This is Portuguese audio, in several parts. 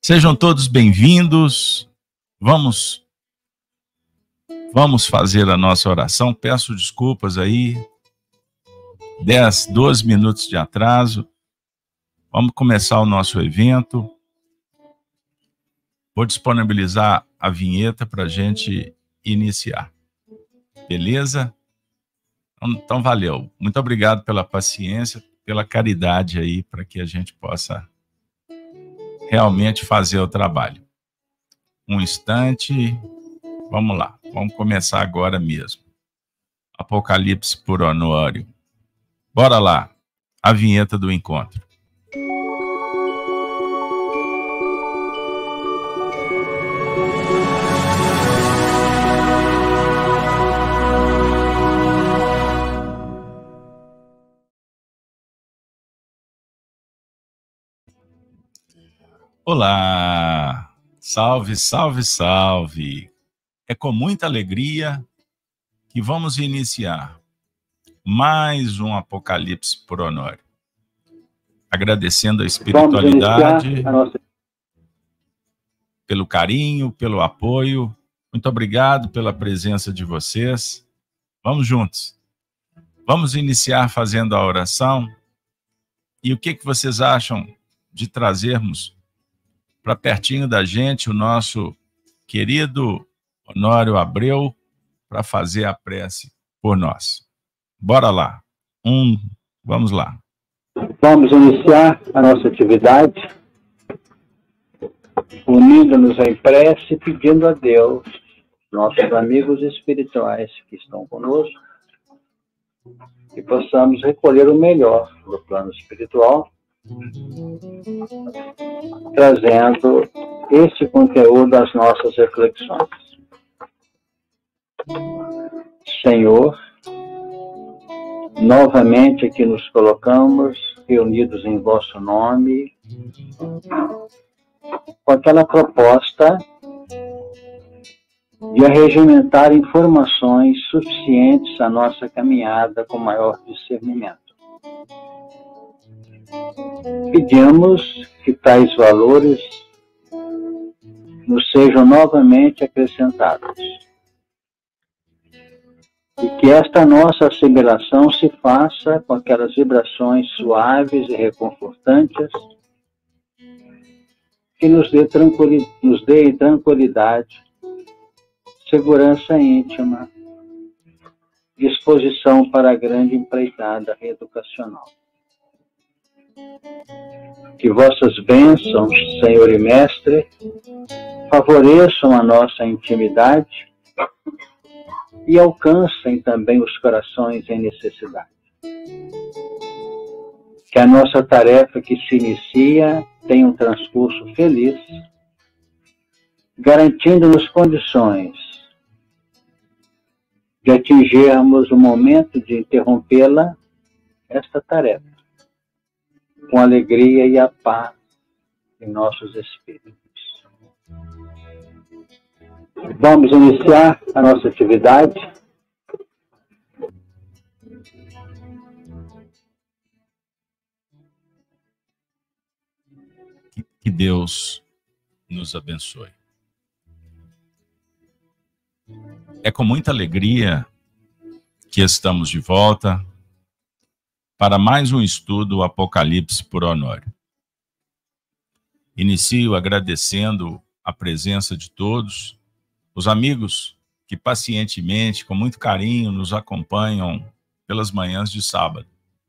Sejam todos bem-vindos. Vamos fazer a nossa oração. Peço desculpas aí, 10, 12 minutos de atraso. Vamos começar o nosso evento. Vou disponibilizar a vinheta para a gente iniciar. Beleza? Então, valeu. Muito obrigado pela paciência, pela caridade aí, para que a gente possa realmente fazer o trabalho. Um instante. Vamos lá. Vamos começar agora mesmo. Apocalipse por Honório. Bora lá. A vinheta do encontro. Olá! Salve, salve, salve! É com muita alegria que vamos iniciar mais um Apocalipse por Honório. Agradecendo a espiritualidade, pelo carinho, pelo apoio. Muito obrigado pela presença de vocês. Vamos juntos. Vamos iniciar fazendo a oração. E o que vocês acham de trazermos para pertinho da gente o nosso querido Honório Abreu para fazer a prece por nós? Bora lá. Vamos lá. Vamos iniciar a nossa atividade unindo-nos em prece, pedindo a Deus, nossos amigos espirituais que estão conosco, que possamos recolher o melhor do plano espiritual, trazendo esse conteúdo às nossas reflexões. Senhor, novamente aqui nos colocamos, reunidos em vosso nome, com aquela proposta de arregimentar informações suficientes à nossa caminhada com maior discernimento. Pedimos que tais valores nos sejam novamente acrescentados e que esta nossa assimilação se faça com aquelas vibrações suaves e reconfortantes que nos dê tranquilidade, segurança íntima, disposição para a grande empreitada reeducacional. Que vossas bênçãos, Senhor e Mestre, favoreçam a nossa intimidade e alcancem também os corações em necessidade. Que a nossa tarefa que se inicia tenha um transcurso feliz, garantindo-nos condições de atingirmos o momento de interrompê-la, esta tarefa, com alegria e a paz em nossos espíritos. Vamos iniciar a nossa atividade. Que Deus nos abençoe. É com muita alegria que estamos de volta para mais um estudo do Apocalipse por Honório. Inicio agradecendo a presença de todos, os amigos que pacientemente, com muito carinho, nos acompanham pelas manhãs de sábado.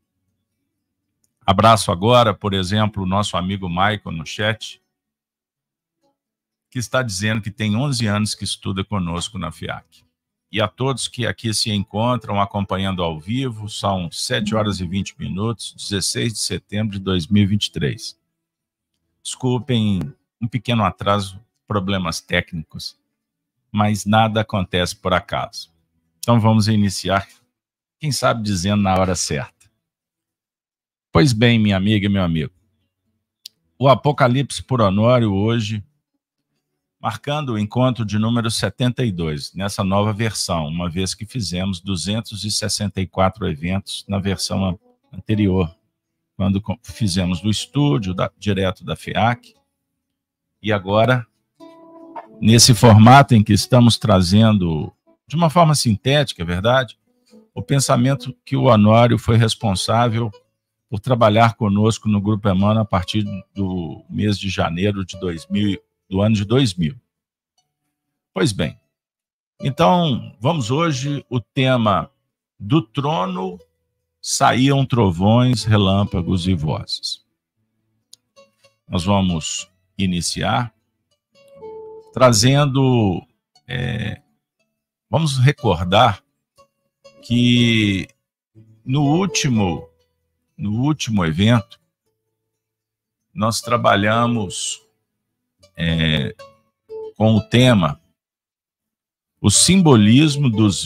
Abraço agora, por exemplo, o nosso amigo Michael no chat, que está dizendo que tem 11 anos que estuda conosco na FIAC. E a todos que aqui se encontram acompanhando ao vivo, são 7 horas e 20 minutos, 16 de setembro de 2023. Desculpem um pequeno atraso, problemas técnicos, mas nada acontece por acaso. Então vamos iniciar, quem sabe dizendo na hora certa. Pois bem, minha amiga e meu amigo, o Apocalipse por Honório hoje, marcando o encontro de número 72, nessa nova versão, uma vez que fizemos 264 eventos na versão anterior, quando fizemos do estúdio, direto da FIAC, E agora, nesse formato em que estamos trazendo, de uma forma sintética, é verdade, o pensamento que o Honório foi responsável por trabalhar conosco no Grupo Emmanuel a partir do mês de janeiro de 2000, do ano de 2000. Pois bem, então vamos hoje, o tema do trono saíam trovões, relâmpagos e vozes. Nós vamos iniciar trazendo, vamos recordar que no último evento nós trabalhamos com o tema o simbolismo dos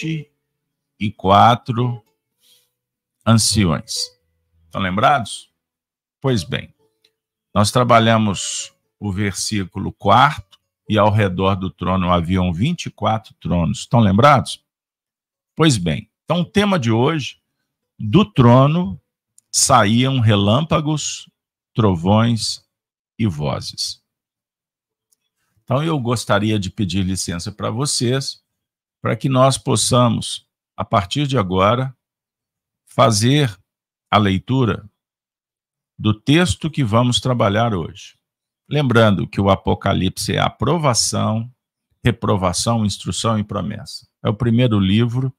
24 anciões. Estão lembrados? Pois bem, nós trabalhamos o versículo 4, e ao redor do trono haviam 24 tronos. Estão lembrados? Pois bem, então o tema de hoje, do trono saíam relâmpagos, trovões e vozes. Então eu gostaria de pedir licença para vocês, para que nós possamos, a partir de agora, fazer a leitura do texto que vamos trabalhar hoje. Lembrando que o Apocalipse é aprovação, reprovação, instrução e promessa. É o primeiro livro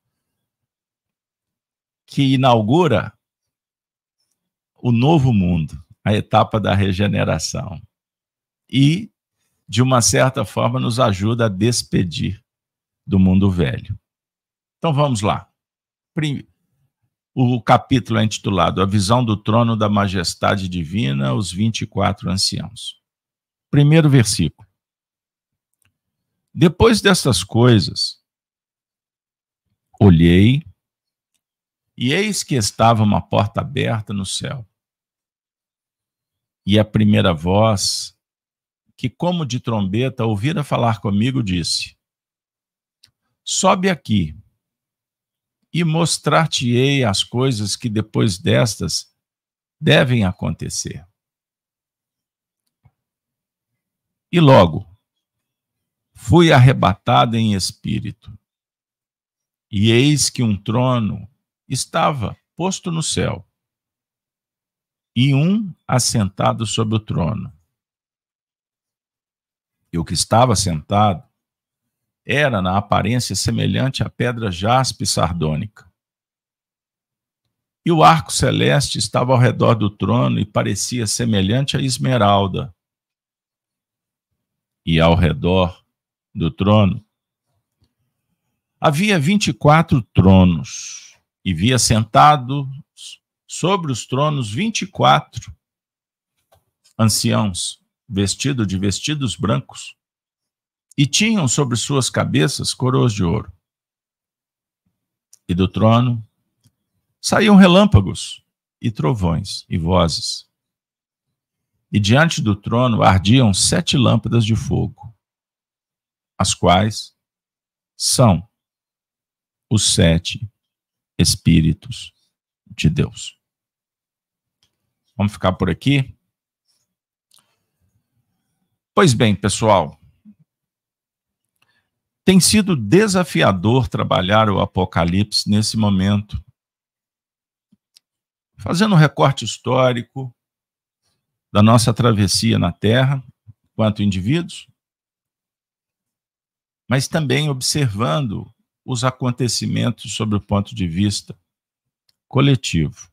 que inaugura o novo mundo, a etapa da regeneração. E, de uma certa forma, nos ajuda a despedir do mundo velho. Então vamos lá. O capítulo é intitulado A Visão do Trono da Majestade Divina, os 24 Anciãos. Primeiro versículo. Depois destas coisas, olhei, e eis que estava uma porta aberta no céu. E a primeira voz, que como de trombeta ouvira falar comigo, disse: sobe aqui, e mostrar-te-ei as coisas que depois destas devem acontecer. E logo fui arrebatado em espírito, e eis que um trono estava posto no céu, e um assentado sobre o trono. E o que estava sentado era, na aparência, semelhante à pedra jaspe sardônica. E o arco celeste estava ao redor do trono e parecia semelhante à esmeralda. E ao redor do trono havia 24 tronos, e via sentados sobre os tronos 24 anciãos, vestidos de vestidos brancos, e tinham sobre suas cabeças coroas de ouro. E do trono saíam relâmpagos e trovões e vozes. E diante do trono ardiam 7 lâmpadas de fogo, as quais são os 7 Espíritos de Deus. Vamos ficar por aqui? Pois bem, pessoal, tem sido desafiador trabalhar o Apocalipse nesse momento, fazendo um recorte histórico da nossa travessia na Terra, enquanto indivíduos, mas também observando os acontecimentos sob o ponto de vista coletivo.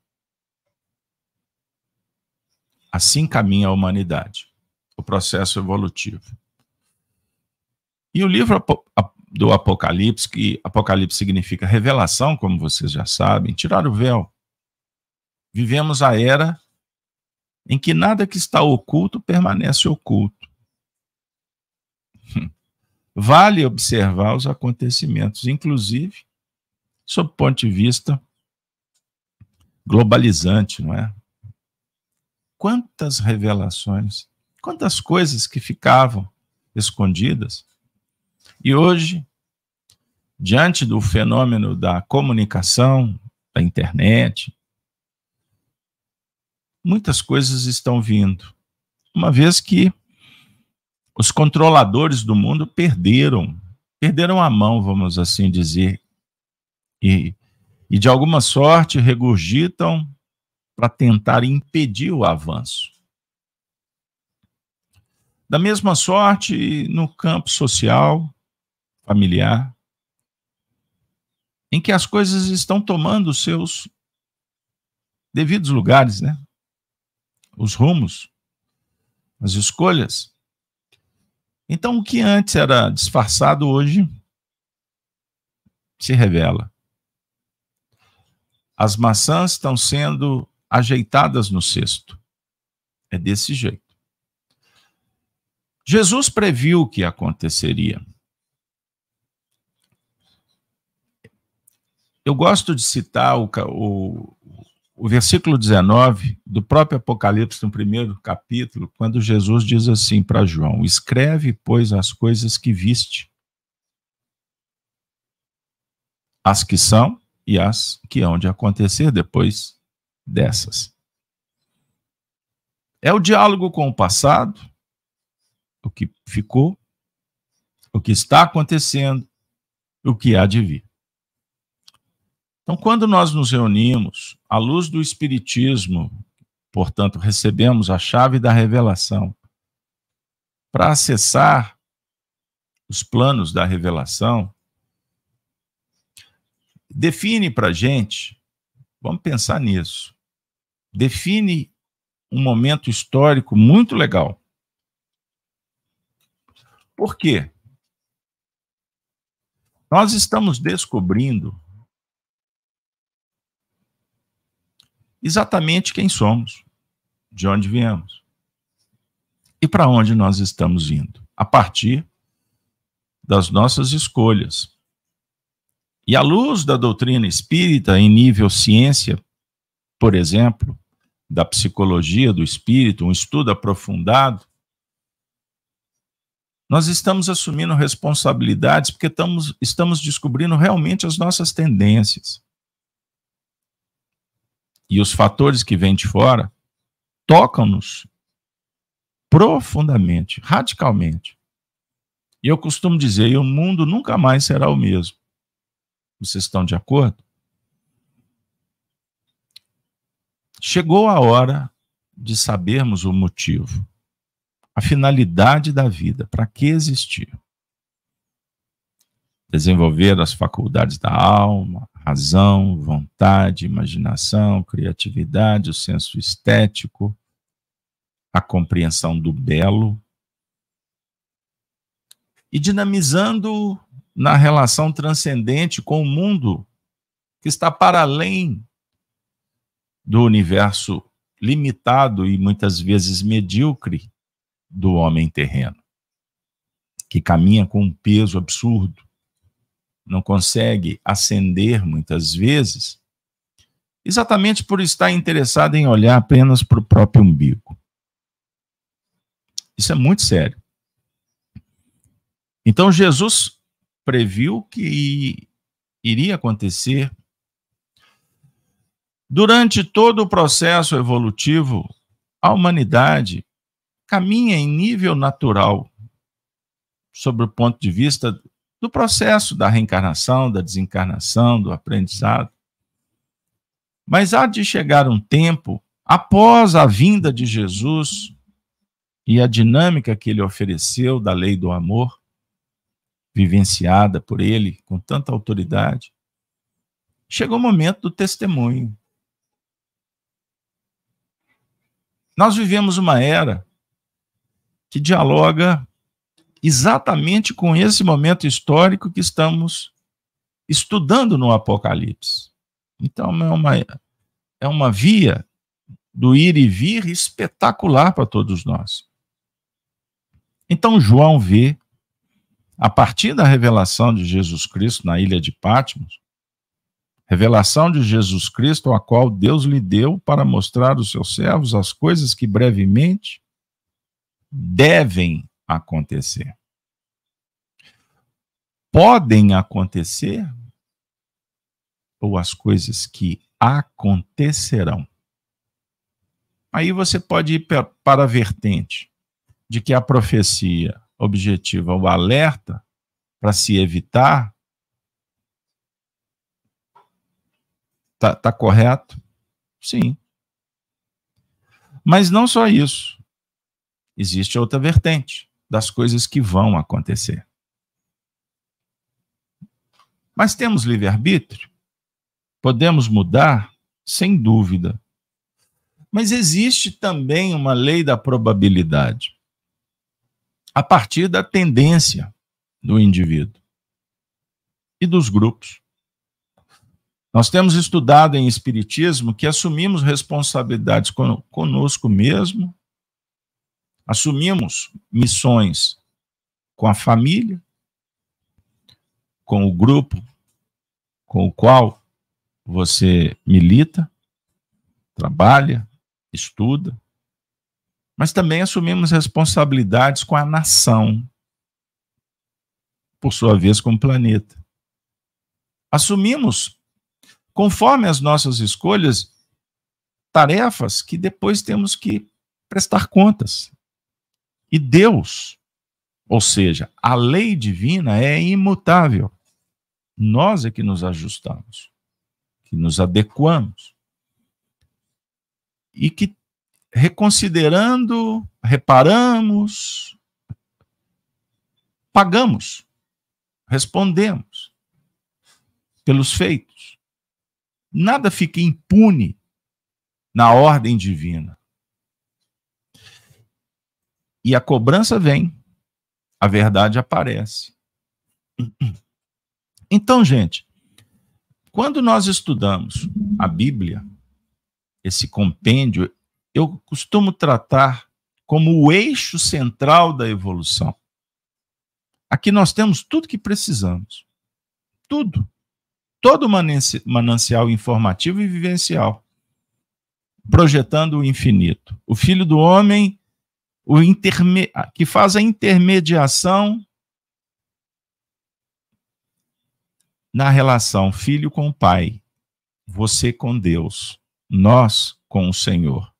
Assim caminha a humanidade, o processo evolutivo. E o livro do Apocalipse, que Apocalipse significa revelação, como vocês já sabem, tirar o véu. Vivemos a era em que nada que está oculto permanece oculto. Vale observar os acontecimentos, inclusive, sob o ponto de vista globalizante, não é? Quantas revelações, quantas coisas que ficavam escondidas. E hoje, diante do fenômeno da comunicação, da internet, muitas coisas estão vindo, uma vez que Os controladores do mundo perderam a mão, vamos assim dizer, e de alguma sorte regurgitam para tentar impedir o avanço. Da mesma sorte, no campo social, familiar, em que as coisas estão tomando os seus devidos lugares, né? Os rumos, as escolhas. Então, o que antes era disfarçado, hoje se revela. As maçãs estão sendo ajeitadas no cesto. É desse jeito. Jesus previu o que aconteceria. Eu gosto de citar o versículo 19 do próprio Apocalipse, no primeiro capítulo, quando Jesus diz assim para João: escreve, pois, as coisas que viste, as que são e as que hão de acontecer depois dessas. É o diálogo com o passado, o que ficou, o que está acontecendo, o que há de vir. Então, quando nós nos reunimos, à luz do Espiritismo, portanto, recebemos a chave da revelação para acessar os planos da revelação, define para a gente, vamos pensar nisso, define um momento histórico muito legal. Por quê? Nós estamos descobrindo exatamente quem somos, de onde viemos e para onde nós estamos indo, a partir das nossas escolhas. E à luz da doutrina espírita, em nível ciência, por exemplo, da psicologia do espírito, um estudo aprofundado, nós estamos assumindo responsabilidades porque estamos descobrindo realmente as nossas tendências. E os fatores que vêm de fora tocam-nos profundamente, radicalmente. E eu costumo dizer, o mundo nunca mais será o mesmo. Vocês estão de acordo? Chegou a hora de sabermos o motivo, a finalidade da vida, para que existir. Desenvolver as faculdades da alma, razão, vontade, imaginação, criatividade, o senso estético, a compreensão do belo, e dinamizando na relação transcendente com o mundo que está para além do universo limitado e muitas vezes medíocre do homem terreno, que caminha com um peso absurdo, não consegue ascender muitas vezes, exatamente por estar interessado em olhar apenas para o próprio umbigo. Isso é muito sério. Então Jesus previu que iria acontecer. Durante todo o processo evolutivo, a humanidade caminha em nível natural, sob o ponto de vista do processo da reencarnação, da desencarnação, do aprendizado. Mas há de chegar um tempo, após a vinda de Jesus e a dinâmica que ele ofereceu da lei do amor, vivenciada por ele com tanta autoridade, chegou o momento do testemunho. Nós vivemos uma era que dialoga exatamente com esse momento histórico que estamos estudando no Apocalipse. Então, é uma via do ir e vir espetacular para todos nós. Então, João vê, a partir da revelação de Jesus Cristo na ilha de Patmos, revelação de Jesus Cristo, a qual Deus lhe deu para mostrar aos seus servos as coisas que brevemente devem acontecer. Podem acontecer ou as coisas que acontecerão. Aí você pode ir para a vertente de que a profecia objetiva o alerta para se evitar, tá correto? Sim. Mas não só isso. Existe outra vertente das coisas que vão acontecer. Mas temos livre-arbítrio? Podemos mudar? Sem dúvida. Mas existe também uma lei da probabilidade, a partir da tendência do indivíduo e dos grupos. Nós temos estudado em Espiritismo que assumimos responsabilidades conosco mesmo, assumimos missões com a família, com o grupo com o qual você milita, trabalha, estuda, mas também assumimos responsabilidades com a nação, por sua vez com o planeta. Assumimos, conforme as nossas escolhas, tarefas que depois temos que prestar contas. E Deus, ou seja, a lei divina é imutável. Nós é que nos ajustamos, que nos adequamos. E que, reconsiderando, reparamos, pagamos, respondemos pelos feitos. Nada fica impune na ordem divina. E a cobrança vem, a verdade aparece. Então, gente, quando nós estudamos a Bíblia, esse compêndio, eu costumo tratar como o eixo central da evolução. Aqui nós temos tudo que precisamos. Tudo. Todo manancial informativo e vivencial. Projetando o infinito. O Filho do Homem, que faz a intermediação na relação filho com o pai, você com Deus, nós com o Senhor.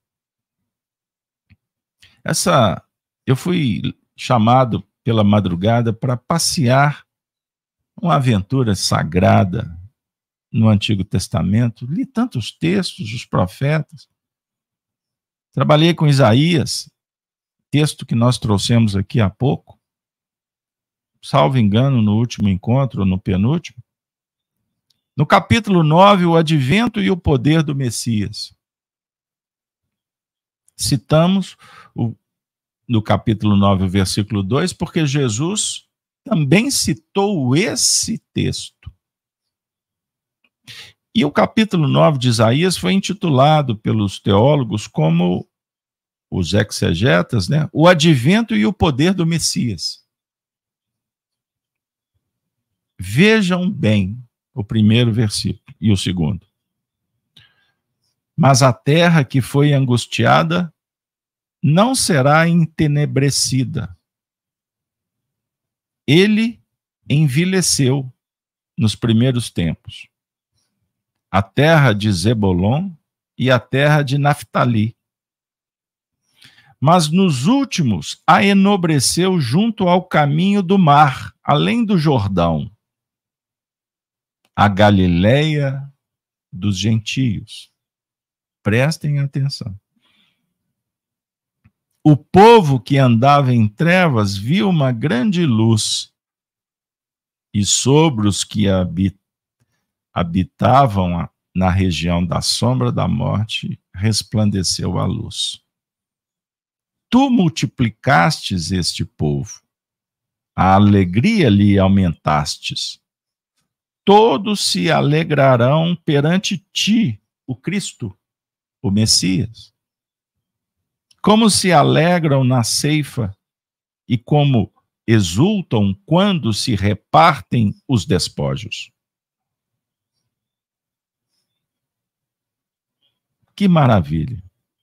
Eu fui chamado pela madrugada para passear uma aventura sagrada no Antigo Testamento. Li tantos textos dos profetas. Trabalhei com Isaías, texto que nós trouxemos aqui há pouco, salvo engano, no último encontro ou no penúltimo. No capítulo 9, o advento e o poder do Messias. Citamos no capítulo 9, o versículo 2, porque Jesus também citou esse texto. E o capítulo 9 de Isaías foi intitulado pelos teólogos como, os exegetas, né, o advento e o poder do Messias. Vejam bem o primeiro versículo e o segundo. Mas a terra que foi angustiada não será entenebrecida. Ele envileceu nos primeiros tempos. A terra de Zebulon e a terra de Naftali. Mas nos últimos a enobreceu junto ao caminho do mar, além do Jordão, a Galileia dos gentios. Prestem atenção. O povo que andava em trevas viu uma grande luz, e sobre os que habitavam na região da sombra da morte resplandeceu a luz. Tu multiplicastes este povo, a alegria lhe aumentastes. Todos se alegrarão perante ti, o Cristo, o Messias. Como se alegram na ceifa e como exultam quando se repartem os despojos. Que maravilha!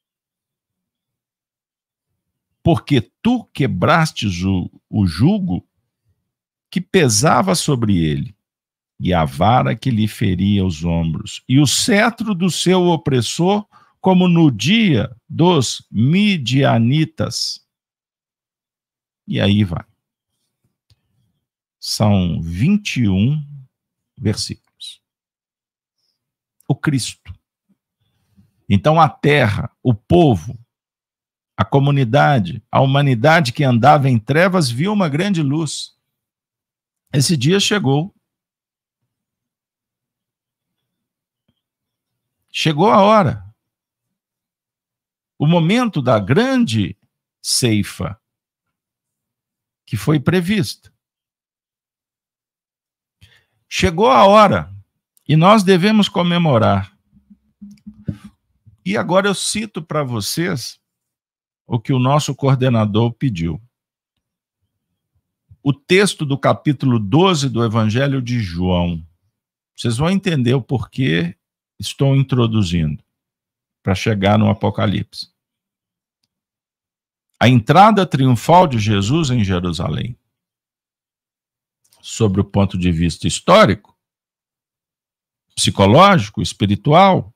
Porque tu quebrastes o jugo que pesava sobre ele, e a vara que lhe feria os ombros, e o cetro do seu opressor, como no dia dos midianitas. E aí vai. São 21 versículos. O Cristo. Então a terra, o povo, a comunidade, a humanidade que andava em trevas viu uma grande luz. Esse dia chegou. Chegou a hora. O momento da grande ceifa que foi prevista. Chegou a hora e nós devemos comemorar. E agora eu cito para vocês o que o nosso coordenador pediu. O texto do capítulo 12 do Evangelho de João. Vocês vão entender o porquê estou introduzindo, para chegar no Apocalipse. A entrada triunfal de Jesus em Jerusalém. Sobre o ponto de vista histórico, psicológico, espiritual,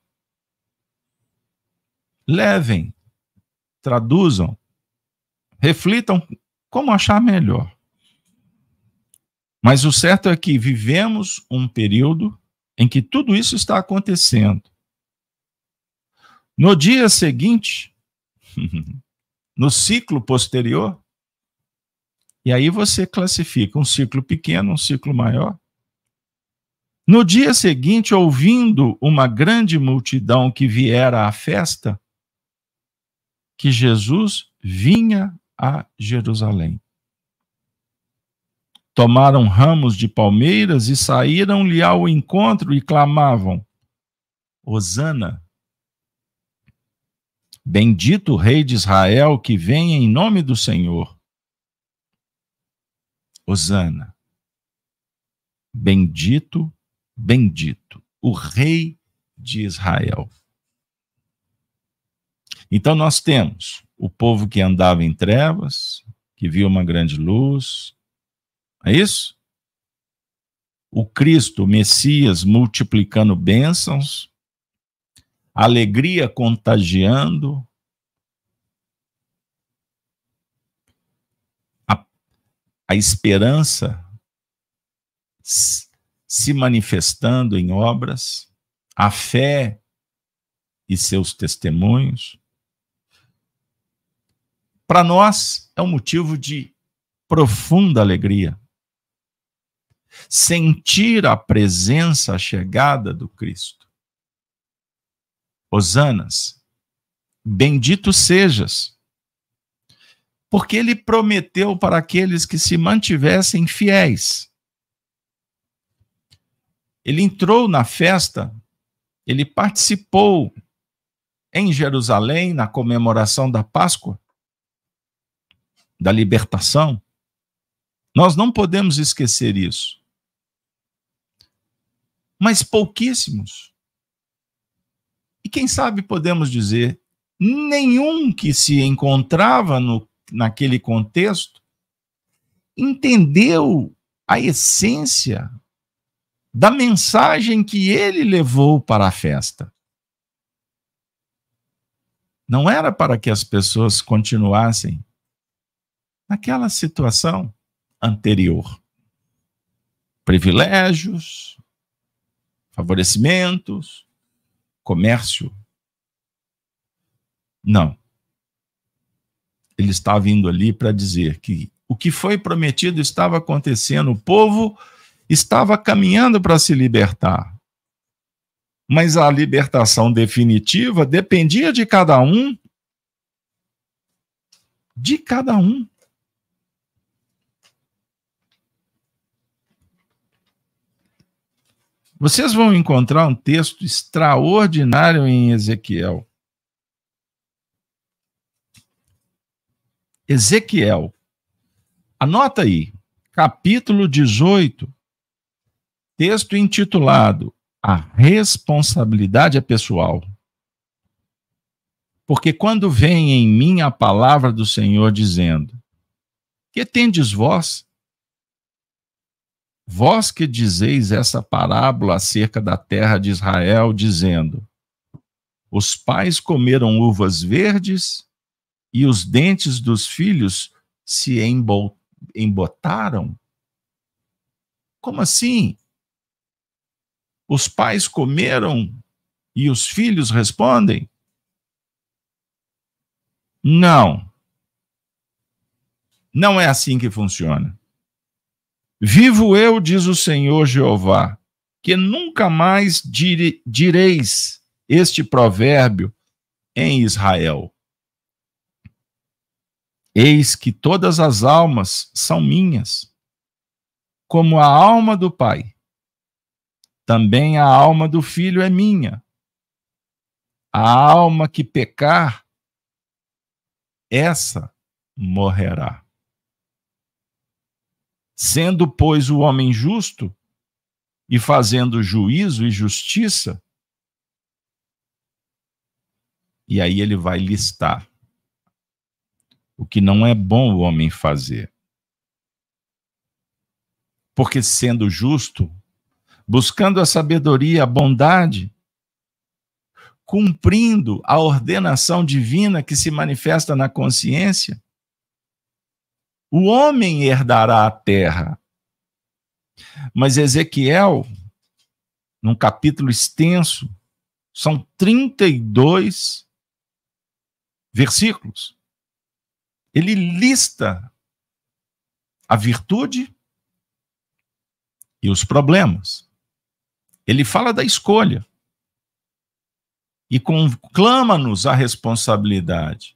levem, traduzam, reflitam como achar melhor. Mas o certo é que vivemos um período em que tudo isso está acontecendo. No dia seguinte, no ciclo posterior, e aí você classifica um ciclo pequeno, um ciclo maior. No dia seguinte, ouvindo uma grande multidão que viera à festa, que Jesus vinha a Jerusalém. Tomaram ramos de palmeiras e saíram-lhe ao encontro e clamavam: Hosana! Bendito o Rei de Israel que vem em nome do Senhor. Hosana! Bendito, bendito, o Rei de Israel. Então nós temos o povo que andava em trevas, que viu uma grande luz. É isso? O Cristo, o Messias, multiplicando bênçãos, alegria contagiando, a esperança se manifestando em obras, a fé e seus testemunhos. Para nós é um motivo de profunda alegria. Sentir a presença, a chegada do Cristo. Hosanas, bendito sejas, porque ele prometeu para aqueles que se mantivessem fiéis. Ele entrou na festa, ele participou em Jerusalém na comemoração da Páscoa, da libertação. Nós não podemos esquecer isso. Mas pouquíssimos. E quem sabe podemos dizer, nenhum que se encontrava naquele contexto entendeu a essência da mensagem que ele levou para a festa. Não era para que as pessoas continuassem naquela situação anterior. Privilégios, favorecimentos, comércio. Não. Ele está vindo ali para dizer que o que foi prometido estava acontecendo, o povo estava caminhando para se libertar. Mas a libertação definitiva dependia de cada um. De cada um. Vocês vão encontrar um texto extraordinário em Ezequiel. Ezequiel. Anota aí, capítulo 18, texto intitulado A Responsabilidade é Pessoal. Porque quando vem em mim a palavra do Senhor dizendo: que tendes vós? Vós que dizeis essa parábola acerca da terra de Israel, dizendo: os pais comeram uvas verdes e os dentes dos filhos se embotaram. Como assim? Os pais comeram e os filhos respondem? Não. Não é assim que funciona. Vivo eu, diz o Senhor Jeová, que nunca mais direis este provérbio em Israel. Eis que todas as almas são minhas, como a alma do Pai. Também a alma do Filho é minha. A alma que pecar, essa morrerá. Sendo, pois, o homem justo e fazendo juízo e justiça, e aí ele vai listar o que não é bom o homem fazer. Porque sendo justo, buscando a sabedoria, a bondade, cumprindo a ordenação divina que se manifesta na consciência, o homem herdará a terra. Mas Ezequiel, num capítulo extenso, são 32 versículos. Ele lista a virtude e os problemas. Ele fala da escolha e conclama-nos a responsabilidade.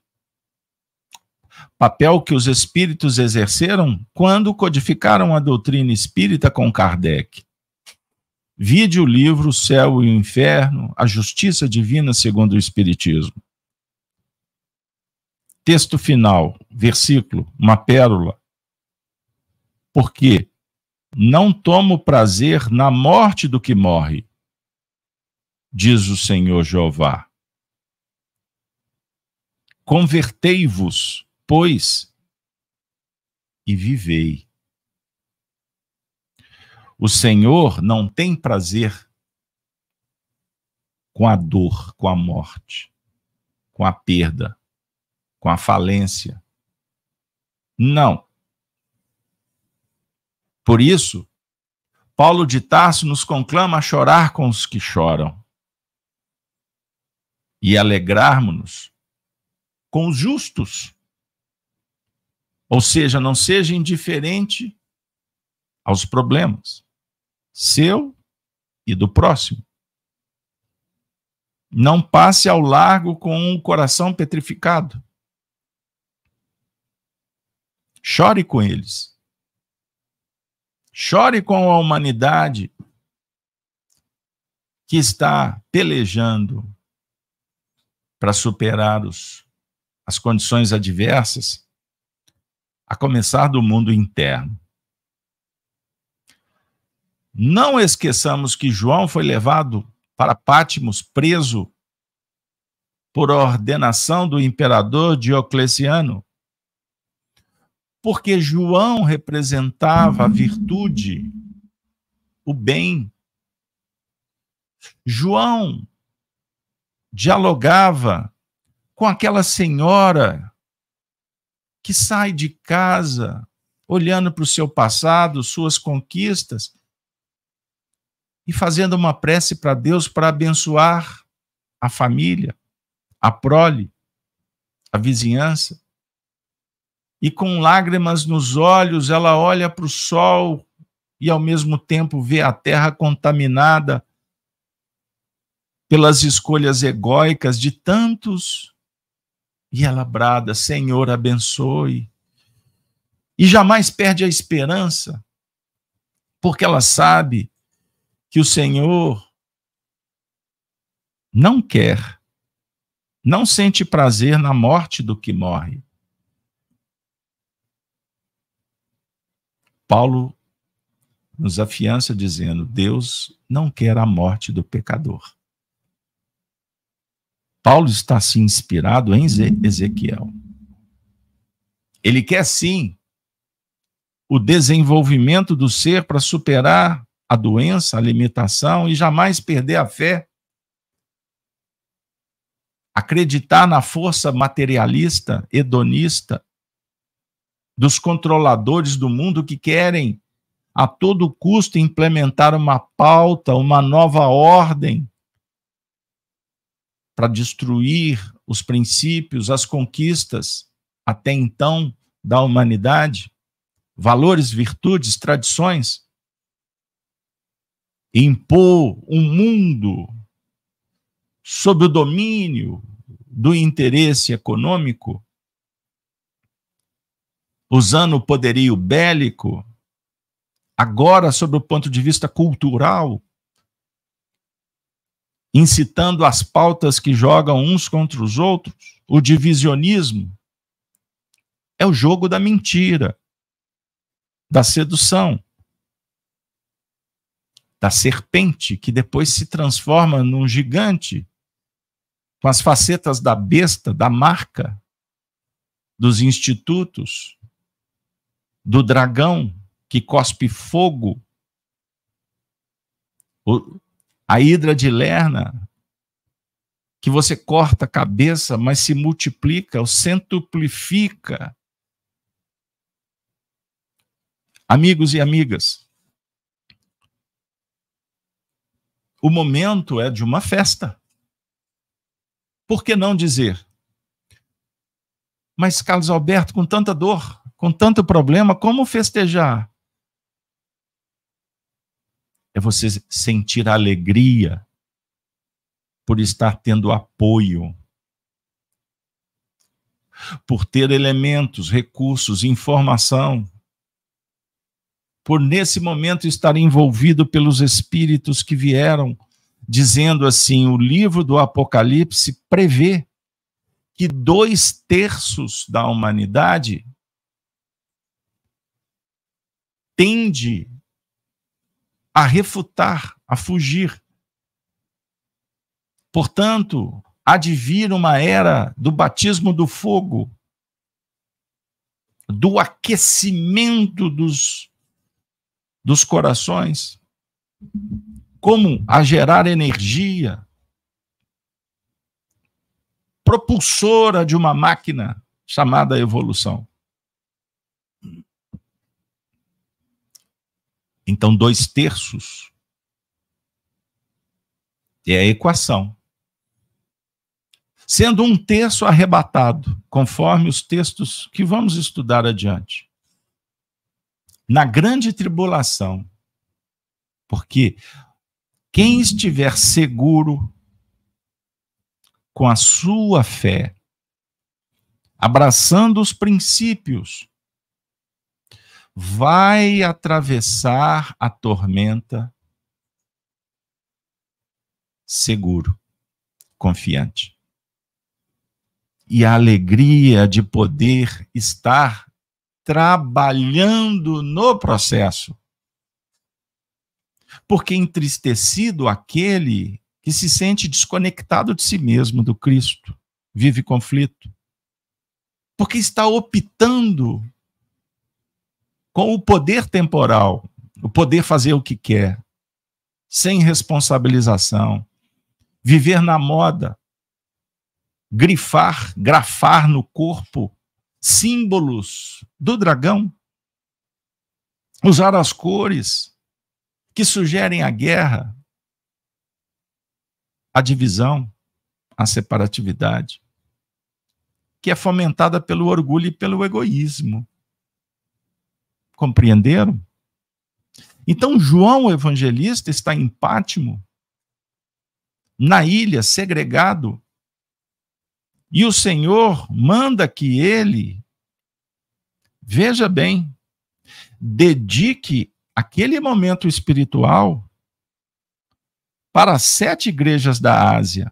Papel que os espíritos exerceram quando codificaram a doutrina espírita com Kardec. Vide o livro O Céu e o Inferno, a Justiça Divina segundo o Espiritismo. Texto final, versículo, uma pérola. Porque não tomo prazer na morte do que morre, diz o Senhor Jeová. Convertei-vos, pois, e vivei. O Senhor não tem prazer com a dor, com a morte, com a perda, com a falência. Não. Por isso, Paulo de Tarso nos conclama a chorar com os que choram e alegrarmos-nos com os justos. Ou seja, não seja indiferente aos problemas, seu e do próximo. Não passe ao largo com o coração petrificado. Chore com eles. Chore com a humanidade que está pelejando para superar as condições adversas, a começar do mundo interno. Não esqueçamos que João foi levado para Patmos, preso por ordenação do imperador Diocleciano, porque João representava a virtude, o bem. João dialogava com aquela senhora que sai de casa, olhando para o seu passado, suas conquistas, e fazendo uma prece para Deus para abençoar a família, a prole, a vizinhança. E com lágrimas nos olhos, ela olha para o sol e, ao mesmo tempo, vê a terra contaminada pelas escolhas egóicas de tantos. E ela brada: Senhor, abençoe. E jamais perde a esperança, porque ela sabe que o Senhor não quer, não sente prazer na morte do que morre. Paulo nos afiança dizendo: Deus não quer a morte do pecador. Paulo está sim inspirado em Ezequiel. Ele quer sim o desenvolvimento do ser para superar a doença, a limitação e jamais perder a fé. Acreditar na força materialista, hedonista, dos controladores do mundo que querem a todo custo implementar uma pauta, uma nova ordem para destruir os princípios, as conquistas até então da humanidade, valores, virtudes, tradições, impor um mundo sob o domínio do interesse econômico, usando o poderio bélico, agora sob o ponto de vista cultural, incitando as pautas que jogam uns contra os outros, o divisionismo, é o jogo da mentira, da sedução, da serpente, que depois se transforma num gigante, com as facetas da besta, da marca, dos institutos, do dragão que cospe fogo, a hidra de Lerna, que você corta a cabeça, mas se multiplica, ou centuplifica. Amigos e amigas, o momento é de uma festa. Por que não dizer? Mas, Carlos Alberto, com tanta dor, com tanto problema, como festejar? É você sentir a alegria por estar tendo apoio, por ter elementos, recursos, informação, por nesse momento estar envolvido pelos espíritos que vieram dizendo assim: o livro do Apocalipse prevê que 2/3 da humanidade tende a refutar, a fugir. Portanto, há de vir uma era do batismo do fogo, do aquecimento dos corações, como a gerar energia propulsora de uma máquina chamada evolução. Então, 2/3 é a equação. Sendo 1/3 arrebatado, conforme os textos que vamos estudar adiante. Na grande tribulação, porque quem estiver seguro com a sua fé, abraçando os princípios, vai atravessar a tormenta seguro, confiante. E a alegria de poder estar trabalhando no processo. Porque entristecido aquele que se sente desconectado de si mesmo, do Cristo, vive conflito. Porque está optando com o poder temporal, o poder fazer o que quer, sem responsabilização, viver na moda, grafar no corpo símbolos do dragão, usar as cores que sugerem a guerra, a divisão, a separatividade, que é fomentada pelo orgulho e pelo egoísmo. Compreenderam? Então, João o Evangelista está em Pátimo, na ilha, segregado, e o Senhor manda que ele, veja bem, dedique aquele momento espiritual para as 7 igrejas da Ásia.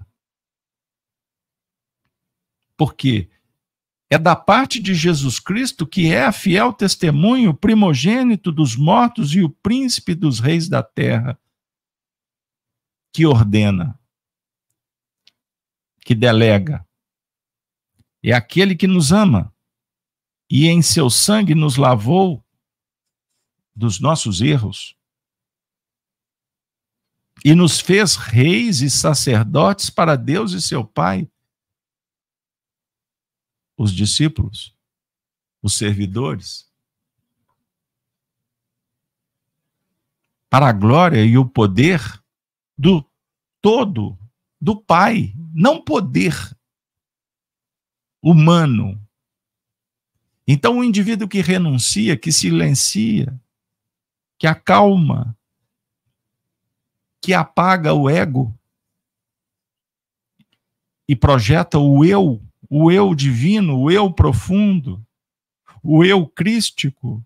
Porque é da parte de Jesus Cristo, que é a fiel testemunho, o primogênito dos mortos e o príncipe dos reis da terra, que ordena, que delega. É aquele que nos ama e em seu sangue nos lavou dos nossos erros e nos fez reis e sacerdotes para Deus e seu Pai. Os discípulos, os servidores. para a glória e o poder do todo, do Pai, não poder humano. Então, o indivíduo que renuncia, que silencia, que acalma, que apaga o ego e projeta o eu divino, o eu profundo, o eu crístico,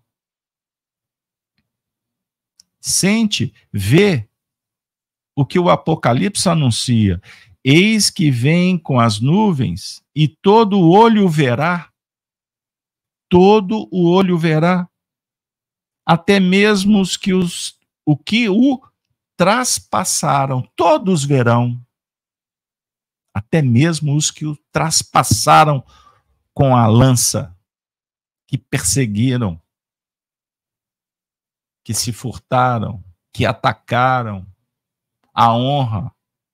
sente, vê o que o Apocalipse anuncia. Eis que vem com as nuvens e todo olho verá, até mesmo o que o traspassaram, todos verão, até mesmo os que o traspassaram com a lança, que perseguiram, que se furtaram, que atacaram a honra,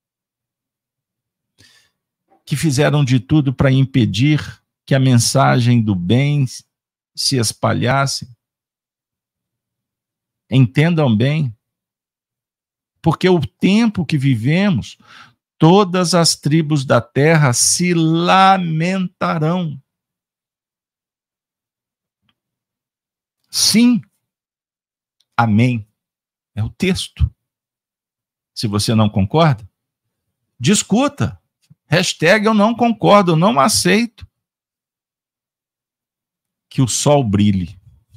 que fizeram de tudo para impedir que a mensagem do bem se espalhasse. Entendam bem, porque o tempo que vivemos, todas as tribos da terra se lamentarão. Sim, amém. É o texto. Se você não concorda, discuta. Hashtag eu não concordo, eu não aceito que o sol brilhe.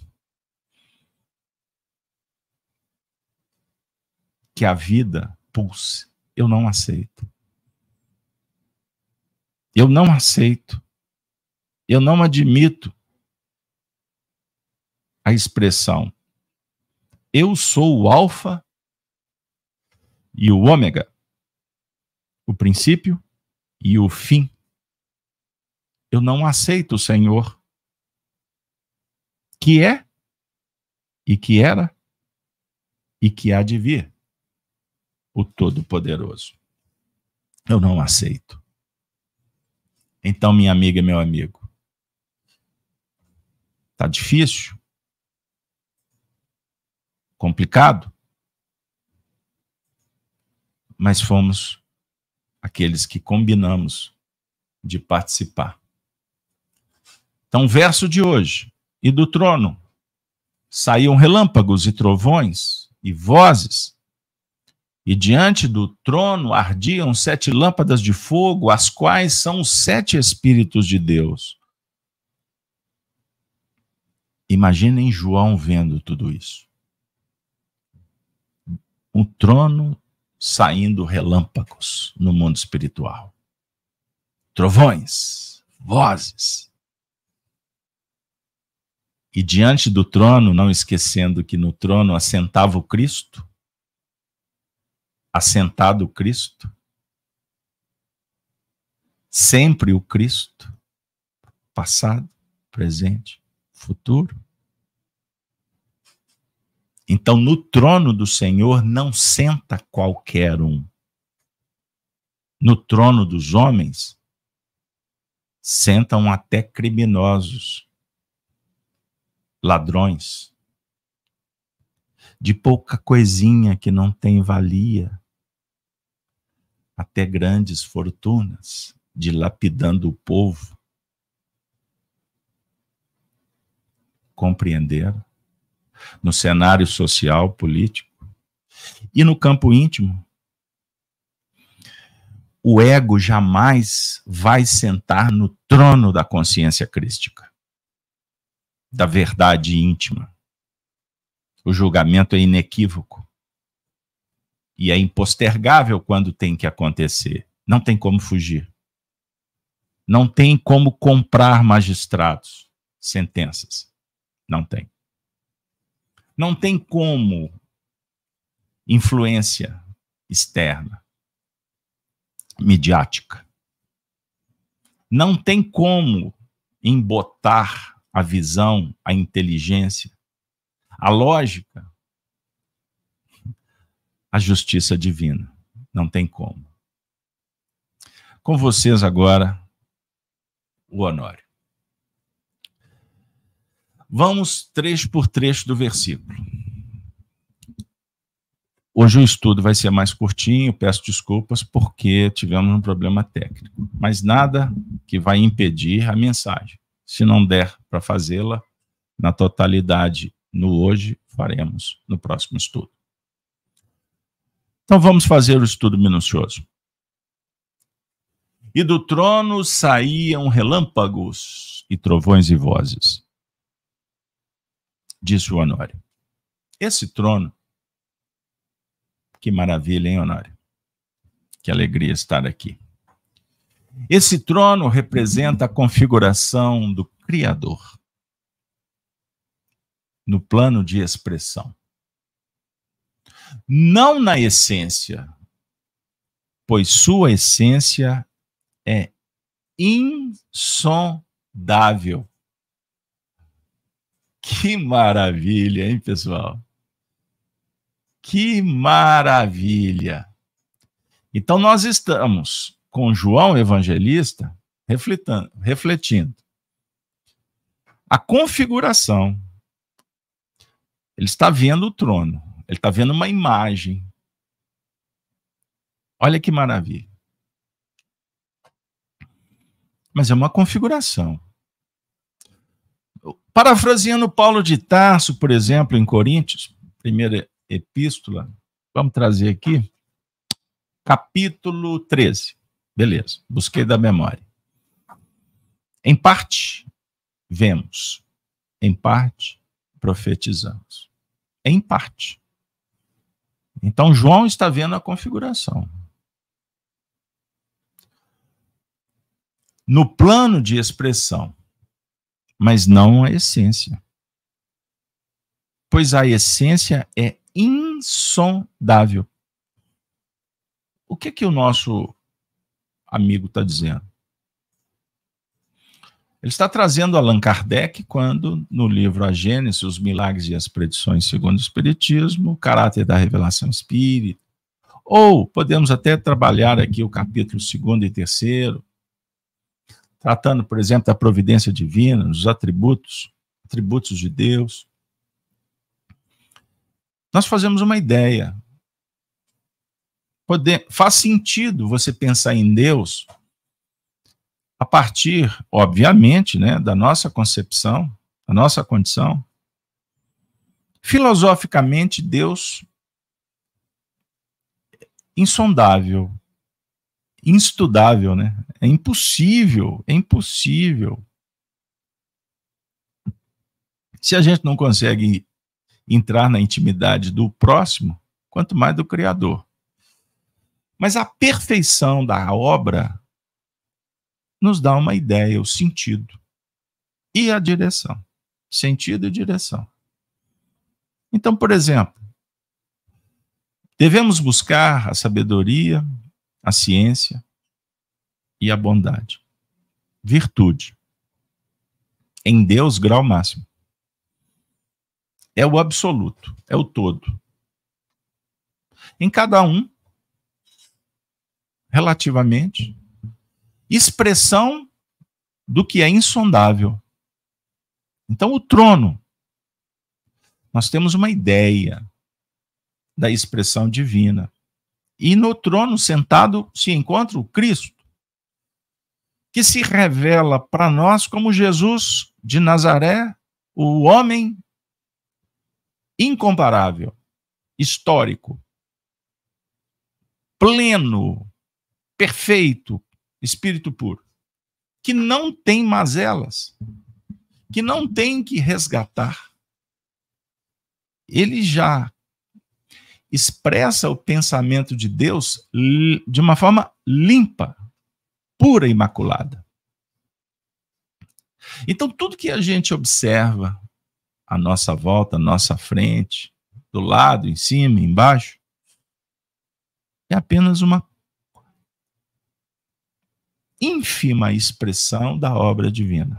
Que a vida pulse. Eu não aceito. Eu não aceito. Eu não admito a expressão eu sou o alfa e o ômega, o princípio e o fim. Eu não aceito o Senhor, que é, e que era, e que há de vir, o Todo-Poderoso. Eu não aceito. Então, minha amiga e meu amigo, tá difícil? Complicado? Mas fomos aqueles que combinamos de participar. Então, verso de hoje. E do trono saíam relâmpagos e trovões e vozes, e diante do trono ardiam 7 lâmpadas de fogo, as quais são os 7 Espíritos de Deus. Imaginem João vendo tudo isso. Um trono saindo relâmpagos no mundo espiritual. Trovões, vozes. E diante do trono, não esquecendo que no trono assentava o Cristo, assentado o Cristo, sempre o Cristo, passado, presente, futuro. Então, no trono do Senhor não senta qualquer um. No trono dos homens, sentam até criminosos, ladrões, de pouca coisinha que não tem valia, até grandes fortunas, dilapidando o povo. Compreenderam? No cenário social, político e no campo íntimo, o ego jamais vai sentar no trono da consciência crística, da verdade íntima. O julgamento é inequívoco e é impostergável quando tem que acontecer. Não tem como fugir. Não tem como comprar magistrados, sentenças. Não tem. Não tem como influência externa, midiática. Não tem como embotar a visão, a inteligência, a lógica, a justiça divina. Não tem como. Com vocês agora, o Honório. Vamos trecho por trecho do versículo. Hoje o estudo vai ser mais curtinho, peço desculpas porque tivemos um problema técnico, mas nada que vai impedir a mensagem. Se não der para fazê-la na totalidade no hoje, faremos no próximo estudo. Então vamos fazer o estudo minucioso. E do trono saíam relâmpagos e trovões e vozes, disse o Honório. Esse trono, que maravilha, hein, Honório? Que alegria estar aqui. Esse trono representa a configuração do Criador no plano de expressão. Não na essência, pois sua essência é insondável. Que maravilha, hein, pessoal? Que maravilha! Então, nós estamos com João Evangelista refletindo a configuração. Ele está vendo o trono, ele está vendo uma imagem. Olha que maravilha. Mas é uma configuração. Parafraseando Paulo de Tarso, por exemplo, em Coríntios, primeira epístola, vamos trazer aqui, capítulo 13. Beleza, busquei da memória. Em parte, vemos. Em parte, profetizamos. Em parte. Então, João está vendo a configuração. No plano de expressão, mas não a essência. Pois a essência é insondável. O que o nosso amigo está dizendo? Ele está trazendo Allan Kardec quando, no livro A Gênese, os milagres e as predições segundo o Espiritismo, o caráter da revelação espírita, ou podemos até trabalhar aqui o capítulo 2º e 3º, tratando, por exemplo, da providência divina, dos atributos de Deus. Nós fazemos uma ideia. Faz sentido você pensar em Deus a partir, obviamente, né, da nossa concepção, da nossa condição. Filosoficamente, Deus insondável, instudável, né? É impossível, é impossível. Se a gente não consegue entrar na intimidade do próximo, quanto mais do Criador. Mas a perfeição da obra nos dá uma ideia, o sentido e a direção. Sentido e direção. Então, por exemplo, devemos buscar a sabedoria, a ciência e a bondade. Virtude. Em Deus, grau máximo. É o absoluto, é o todo. Em cada um, relativamente, expressão do que é insondável. Então, o trono, nós temos uma ideia da expressão divina. E no trono, sentado, se encontra o Cristo, que se revela para nós como Jesus de Nazaré, o homem incomparável, histórico, pleno, perfeito, espírito puro, que não tem mazelas, que não tem que resgatar. Ele já expressa o pensamento de Deus de uma forma limpa, pura e imaculada. Então, tudo que a gente observa à nossa volta, à nossa frente, do lado, em cima, embaixo, é apenas uma ínfima expressão da obra divina.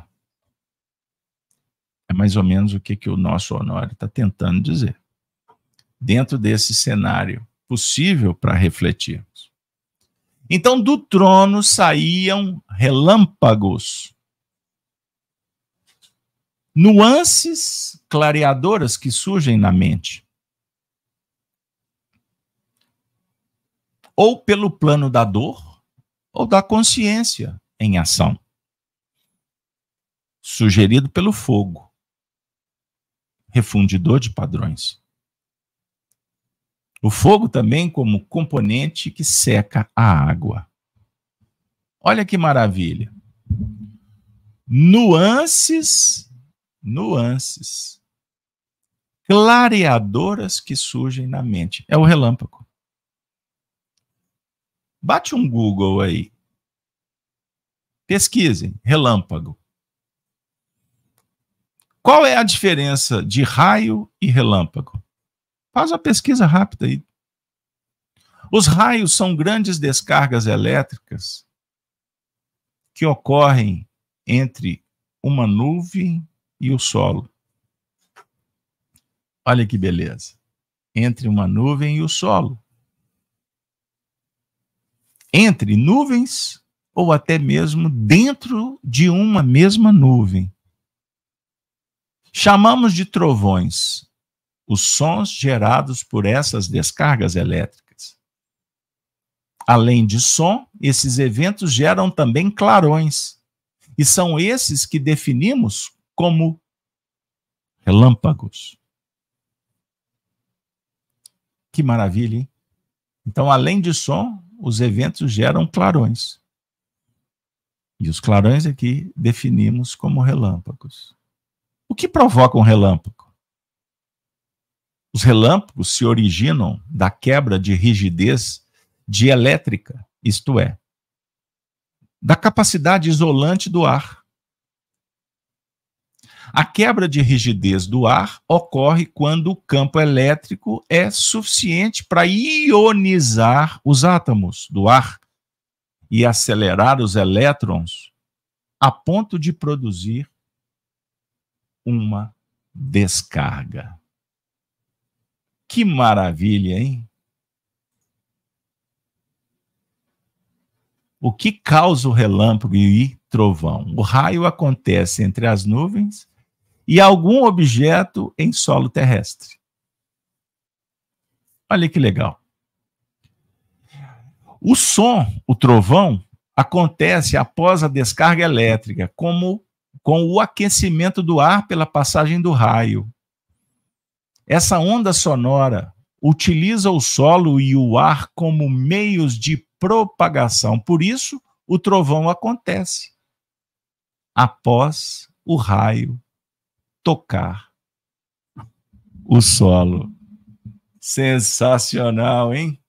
É mais ou menos o que o nosso Honório está tentando dizer. Dentro desse cenário possível para refletirmos. Então, do trono saíam relâmpagos, nuances clareadoras que surgem na mente. ou pelo plano da dor ou da consciência em ação, sugerido pelo fogo, refundidor de padrões. O fogo também como componente que seca a água. Olha que maravilha. Nuances clareadoras que surgem na mente. É o relâmpago. Bate um Google aí. Pesquisem, relâmpago. Qual é a diferença de raio e relâmpago? Faz uma pesquisa rápida aí. Os raios são grandes descargas elétricas que ocorrem entre uma nuvem e o solo. Olha que beleza. Entre uma nuvem e o solo. Entre nuvens ou até mesmo dentro de uma mesma nuvem. Chamamos de trovões os sons gerados por essas descargas elétricas. Além de som, esses eventos geram também clarões, e são esses que definimos como relâmpagos. Que maravilha, hein? Então, além de som, os eventos geram clarões. E os clarões aqui definimos como relâmpagos. O que provoca um relâmpago? Os relâmpagos se originam da quebra de rigidez dielétrica, isto é, da capacidade isolante do ar. A quebra de rigidez do ar ocorre quando o campo elétrico é suficiente para ionizar os átomos do ar e acelerar os elétrons a ponto de produzir uma descarga. Que maravilha, hein? O que causa o relâmpago e trovão? O raio acontece entre as nuvens e algum objeto em solo terrestre. Olha que legal. O som, o trovão, acontece após a descarga elétrica, como com o aquecimento do ar pela passagem do raio. Essa onda sonora utiliza o solo e o ar como meios de propagação. Por isso, o trovão acontece após o raio tocar o solo. Sensacional, hein?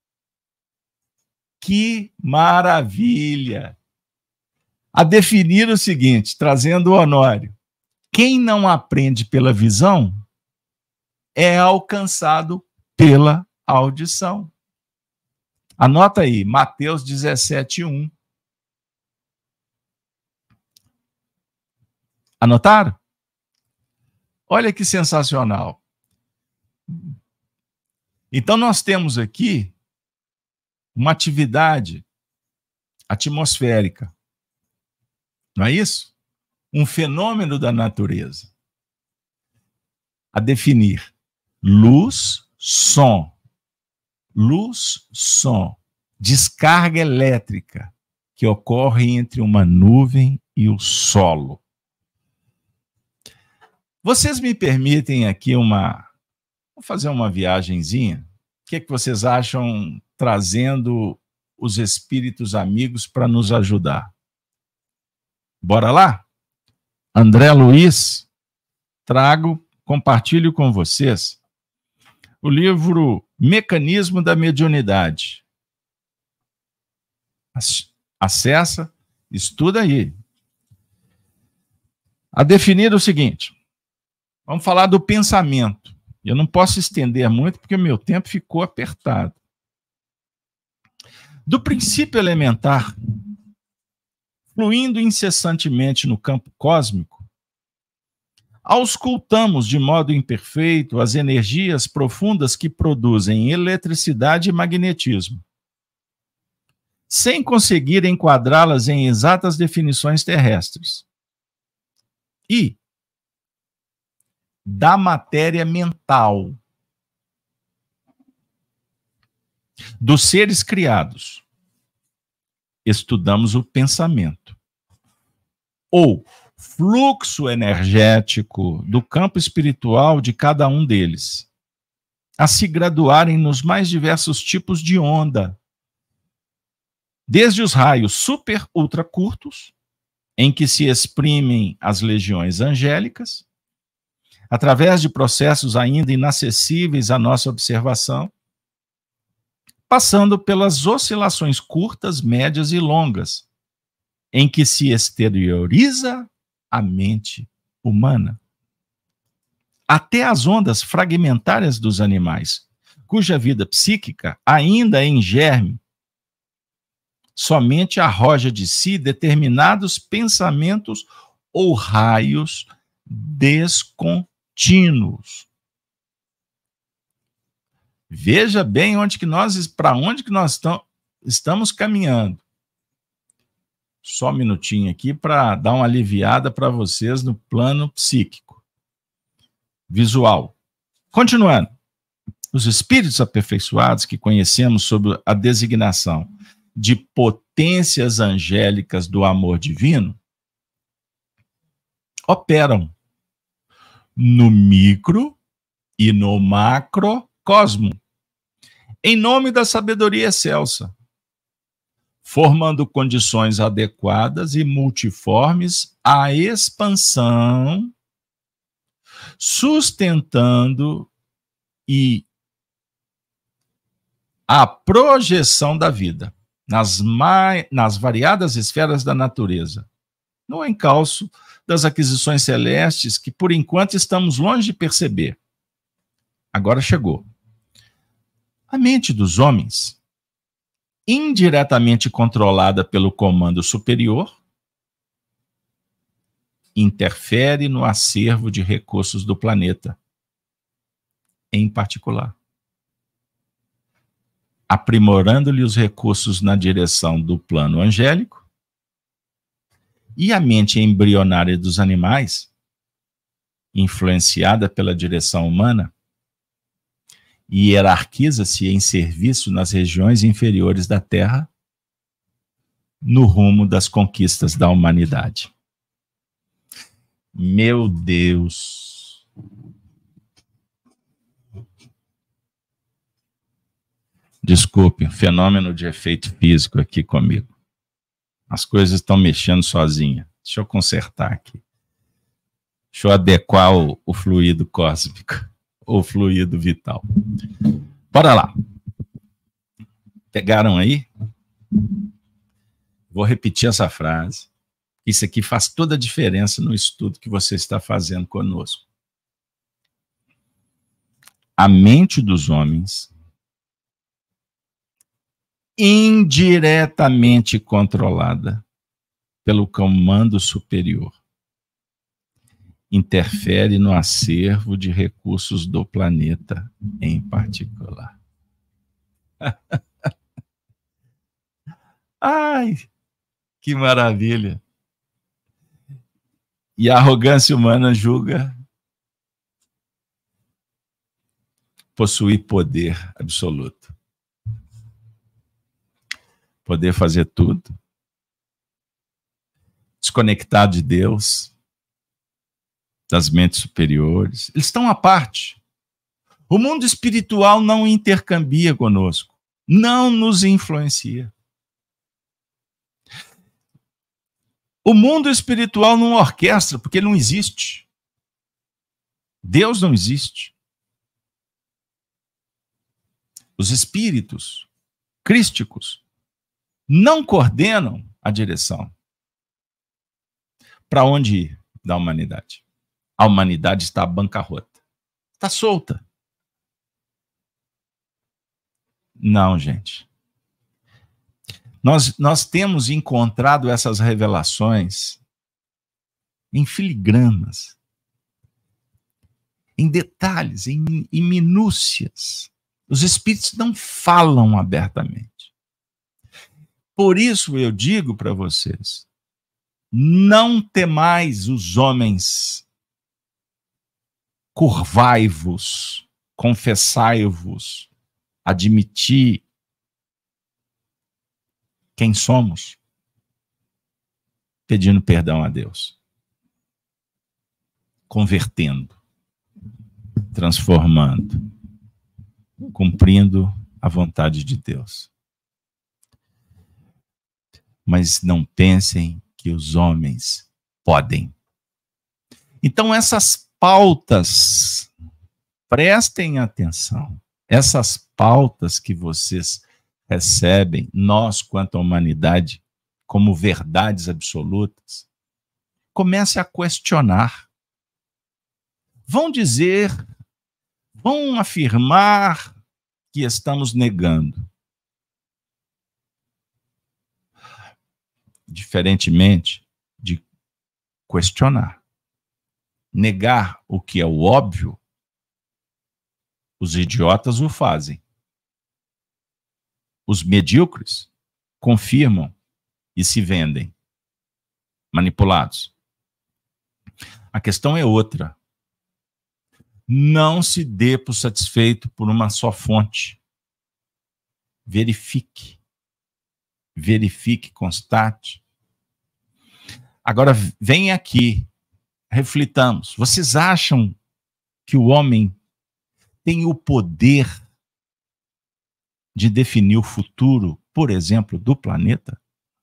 Que maravilha! A definir o seguinte, trazendo o Honório: quem não aprende pela visão é alcançado pela audição. Anota aí, Mateus 17:1. Anotaram? Olha que sensacional. Então, nós temos aqui uma atividade atmosférica. Não é isso? Um fenômeno da natureza. A definir luz, som. Luz, som. Descarga elétrica que ocorre entre uma nuvem e o solo. Vocês me permitem aqui vou fazer uma viagenzinha? O que é que vocês acham trazendo os espíritos amigos para nos ajudar? Bora lá? André Luiz, compartilho com vocês o livro Mecanismo da Mediunidade. Acessa, estuda aí. A definir o seguinte, vamos falar do pensamento. Eu não posso estender muito porque o meu tempo ficou apertado. Do princípio elementar, fluindo incessantemente no campo cósmico, auscultamos de modo imperfeito as energias profundas que produzem eletricidade e magnetismo, sem conseguir enquadrá-las em exatas definições terrestres. E da matéria mental. Dos seres criados, estudamos o pensamento, ou fluxo energético do campo espiritual de cada um deles, a se graduarem nos mais diversos tipos de onda, desde os raios super ultra curtos, em que se exprimem as legiões angélicas, através de processos ainda inacessíveis à nossa observação, passando pelas oscilações curtas, médias e longas, em que se exterioriza a mente humana, até as ondas fragmentárias dos animais, cuja vida psíquica ainda é em germe, somente arroja de si determinados pensamentos ou raios descontínuos. Veja bem para onde que nós estamos caminhando. Só um minutinho aqui para dar uma aliviada para vocês no plano psíquico, visual. Continuando. Os espíritos aperfeiçoados que conhecemos sob a designação de potências angélicas do amor divino operam no micro e no macrocosmo, em nome da sabedoria excelsa, formando condições adequadas e multiformes à expansão, sustentando e a projeção da vida nas variadas esferas da natureza, no encalço das aquisições celestes que, por enquanto, estamos longe de perceber. Agora chegou. A mente dos homens, indiretamente controlada pelo comando superior, interfere no acervo de recursos do planeta, em particular, aprimorando-lhe os recursos na direção do plano angélico, e a mente embrionária dos animais, influenciada pela direção humana, hierarquiza-se em serviço nas regiões inferiores da Terra, no rumo das conquistas da humanidade. Meu Deus! Desculpe, fenômeno de efeito físico aqui comigo. As coisas estão mexendo sozinha. Deixa eu consertar aqui. Deixa eu adequar o fluido cósmico, o fluido vital. Bora lá. Pegaram aí? Vou repetir essa frase. Isso aqui faz toda a diferença no estudo que você está fazendo conosco. A mente dos homens, indiretamente controlada pelo comando superior, interfere no acervo de recursos do planeta em particular. Ai, que maravilha! E a arrogância humana julga possuir poder absoluto. Poder fazer tudo. Desconectado de Deus, das mentes superiores. Eles estão à parte. O mundo espiritual não intercambia conosco. Não nos influencia. O mundo espiritual não orquestra, porque ele não existe. Deus não existe. Os espíritos crísticos não coordenam a direção. Para onde ir da humanidade? A humanidade está à bancarrota. Está solta. Não, gente. Nós temos encontrado essas revelações em filigranas, em detalhes, em minúcias. Os espíritos não falam abertamente. Por isso eu digo para vocês, não temais os homens, curvai-vos, confessai-vos, admiti quem somos, pedindo perdão a Deus, convertendo, transformando, cumprindo a vontade de Deus. Mas não pensem que os homens podem. Então essas pautas, prestem atenção, essas pautas que vocês recebem, nós quanto à humanidade, como verdades absolutas, comece a questionar. Vão dizer, vão afirmar que estamos negando. Diferentemente de questionar. Negar o que é o óbvio, os idiotas o fazem. Os medíocres confirmam e se vendem, manipulados. A questão é outra. Não se dê por satisfeito por uma só fonte. Verifique. Verifique, constate. Agora, vem aqui, reflitamos. Vocês acham que o homem tem o poder de definir o futuro, por exemplo, do planeta?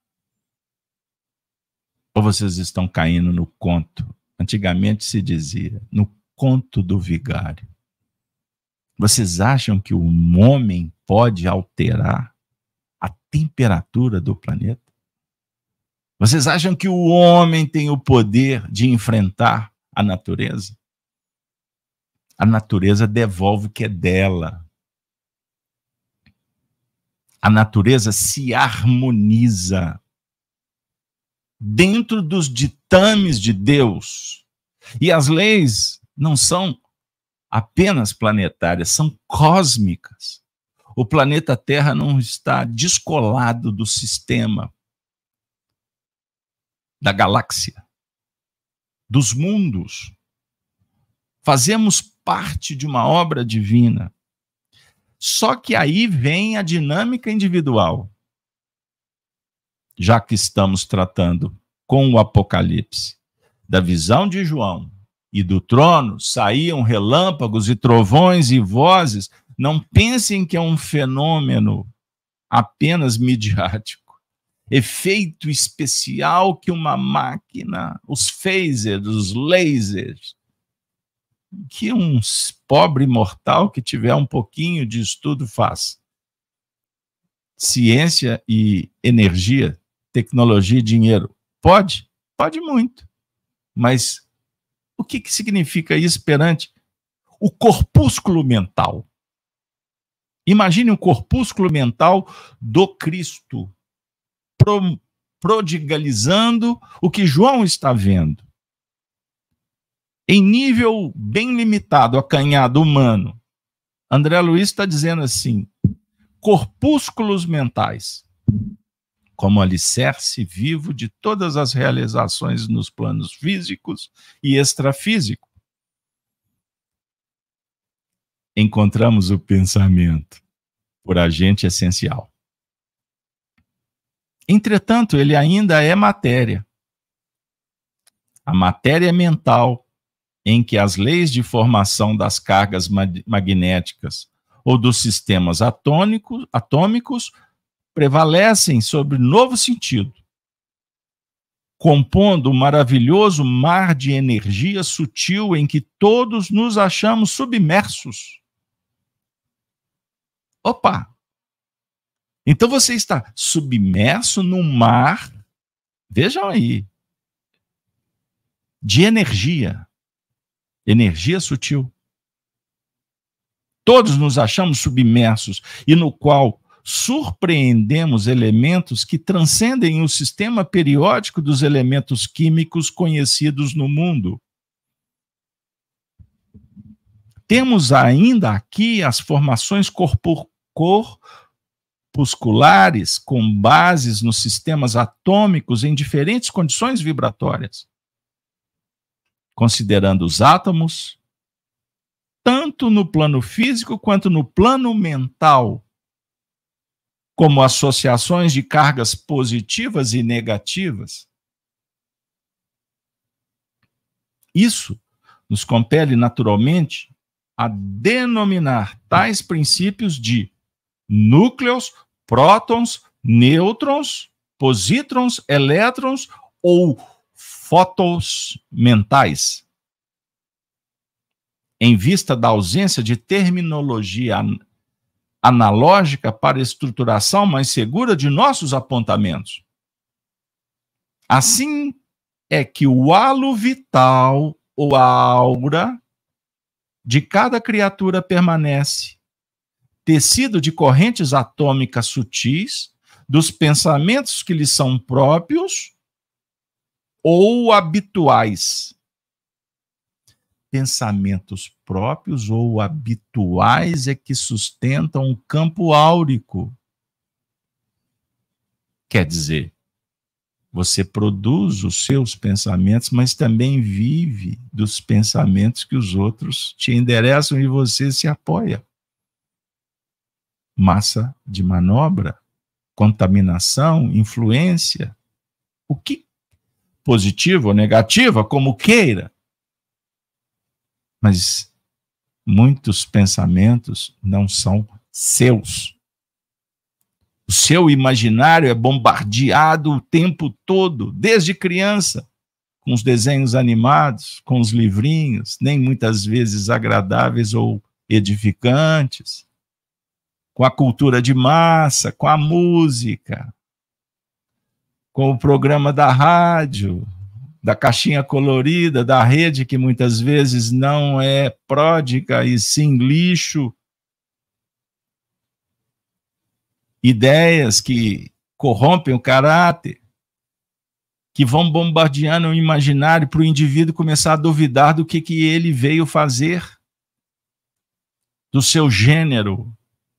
Ou vocês estão caindo no conto? Antigamente se dizia, no conto do vigário. Vocês acham que o homem pode alterar a temperatura do planeta? Vocês acham que o homem tem o poder de enfrentar a natureza? A natureza devolve o que é dela. A natureza se harmoniza dentro dos ditames de Deus. E as leis não são apenas planetárias, são cósmicas. O planeta Terra não está descolado do sistema, da galáxia, dos mundos. Fazemos parte de uma obra divina. Só que aí vem a dinâmica individual. Já que estamos tratando com o Apocalipse, da visão de João e do trono, saíam relâmpagos e trovões e vozes. Não pensem que é um fenômeno apenas midiático. Efeito especial que uma máquina, os phasers, os lasers, que um pobre mortal que tiver um pouquinho de estudo faz. Ciência e energia, tecnologia e dinheiro. Pode? Pode muito. Mas o que significa isso perante o corpúsculo mental? Imagine um corpúsculo mental do Cristo, prodigalizando o que João está vendo. Em nível bem limitado, acanhado, humano. André Luiz está dizendo assim, corpúsculos mentais, como alicerce vivo de todas as realizações nos planos físicos e extrafísicos. Encontramos o pensamento por agente essencial. Entretanto, ele ainda é matéria. A matéria mental, em que as leis de formação das cargas magnéticas ou dos sistemas atômicos prevalecem sobre novo sentido, compondo um maravilhoso mar de energia sutil em que todos nos achamos submersos. Opa! Então você está submerso num mar, vejam aí, de energia. Energia sutil. Todos nos achamos submersos e no qual surpreendemos elementos que transcendem o sistema periódico dos elementos químicos conhecidos no mundo. Temos ainda aqui as formações corpusculares com bases nos sistemas atômicos em diferentes condições vibratórias. Considerando os átomos, tanto no plano físico quanto no plano mental. como associações de cargas positivas e negativas. Isso nos compele naturalmente a denominar tais princípios de núcleos, prótons, nêutrons, positrons, elétrons ou fótons mentais. Em vista da ausência de terminologia analógica para estruturação mais segura de nossos apontamentos. Assim é que o halo vital ou a aura de cada criatura permanece, tecido de correntes atômicas sutis, dos pensamentos que lhes são próprios ou habituais. Pensamentos próprios ou habituais é que sustentam o campo áurico. Quer dizer, você produz os seus pensamentos, mas também vive dos pensamentos que os outros te endereçam e você se apoia. Massa de manobra, contaminação, influência, o que positiva ou negativa, como queira. Mas muitos pensamentos não são seus. O seu imaginário é bombardeado o tempo todo, desde criança, com os desenhos animados, com os livrinhos, nem muitas vezes agradáveis ou edificantes, com a cultura de massa, com a música, com o programa da rádio, da caixinha colorida, da rede que muitas vezes não é pródiga e sim lixo. Ideias que corrompem o caráter, que vão bombardeando o imaginário para o indivíduo começar a duvidar do que ele veio fazer, do seu gênero,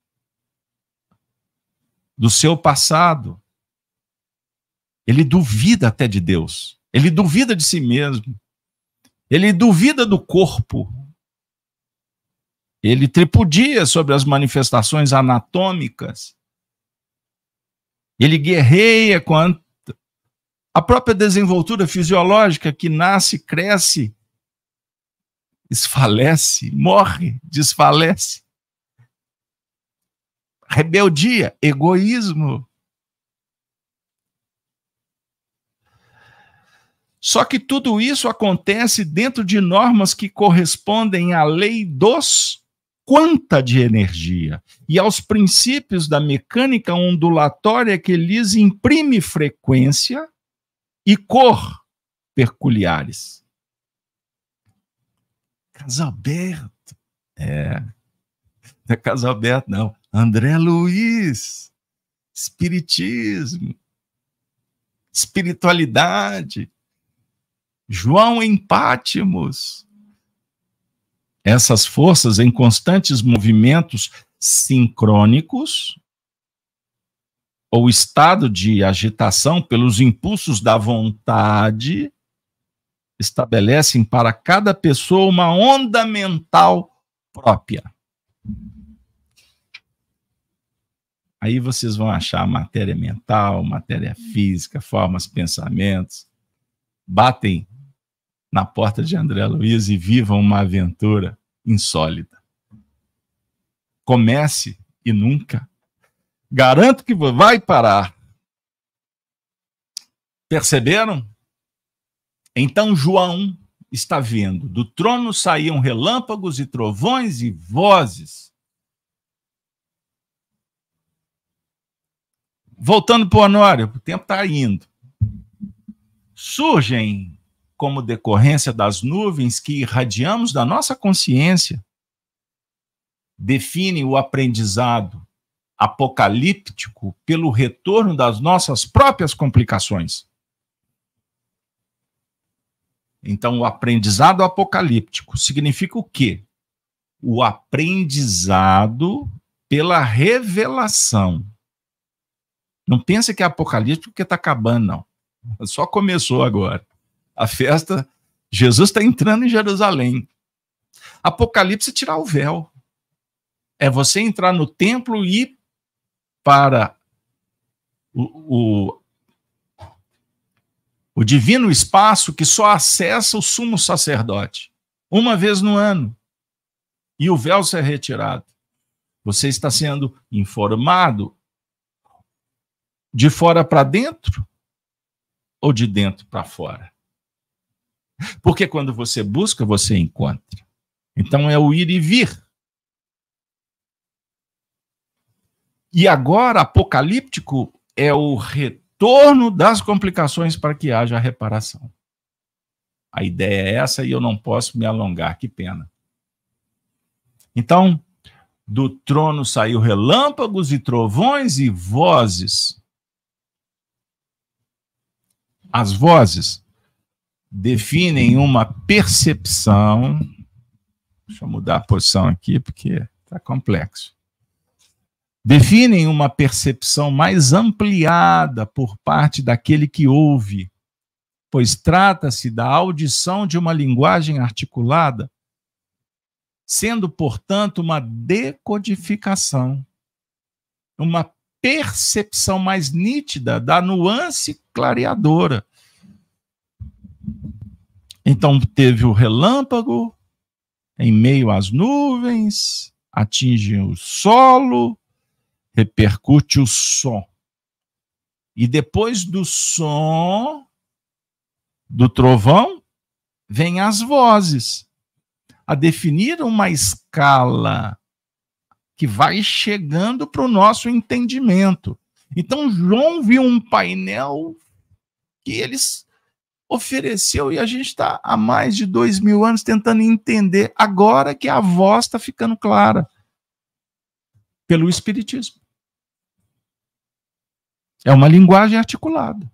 do seu passado. Ele duvida até de Deus. Ele duvida de si mesmo. Ele duvida do corpo. Ele tripudia sobre as manifestações anatômicas. Ele guerreia com a própria desenvoltura fisiológica que nasce, cresce, esfalece, morre, desfalece. Rebeldia, egoísmo. Só que tudo isso acontece dentro de normas que correspondem à lei dos quanta de energia e aos princípios da mecânica ondulatória que lhes imprime frequência e cor peculiares. Casalberto. Não é Casalberto, não. André Luiz. Espiritismo. Espiritualidade. João em Pátimos. Essas forças em constantes movimentos sincrônicos, ou estado de agitação pelos impulsos da vontade, estabelecem para cada pessoa uma onda mental própria. Aí vocês vão achar matéria mental, matéria física, formas, pensamentos. Batem na porta de André Luiz e vivam uma aventura insólita. Comece e nunca. Garanto que vai parar. Perceberam? Então João está vendo. Do trono saíam relâmpagos e trovões e vozes. Voltando para o Honório, o tempo está indo. Surgem como decorrência das nuvens que irradiamos da nossa consciência, define o aprendizado apocalíptico pelo retorno das nossas próprias complicações. Então, o aprendizado apocalíptico significa o quê? O aprendizado pela revelação. Não pensa que é apocalíptico porque está acabando, não. Só começou agora. A festa, Jesus está entrando em Jerusalém. Apocalipse é tirar o véu. É você entrar no templo e ir para o divino espaço que só acessa o sumo sacerdote uma vez no ano. E o véu ser retirado. Você está sendo informado de fora para dentro ou de dentro para fora? Porque quando você busca, você encontra. Então é o ir e vir. E agora, apocalíptico é o retorno das complicações para que haja reparação. A ideia é essa e eu não posso me alongar, que pena. Então, do trono saiu relâmpagos e trovões e vozes. As vozes definem uma percepção. Deixa eu mudar a posição aqui, porque está complexo. Definem uma percepção mais ampliada por parte daquele que ouve, pois trata-se da audição de uma linguagem articulada, sendo, portanto, uma decodificação, uma percepção mais nítida da nuance clareadora. Então, teve o relâmpago em meio às nuvens, atinge o solo, repercute o som. E depois do som, do trovão, vem as vozes, a definir uma escala que vai chegando para o nosso entendimento. Então, João viu um painel que eles ofereceu e a gente está há mais de 2000 anos tentando entender, agora que a voz está ficando clara pelo Espiritismo. É uma linguagem articulada.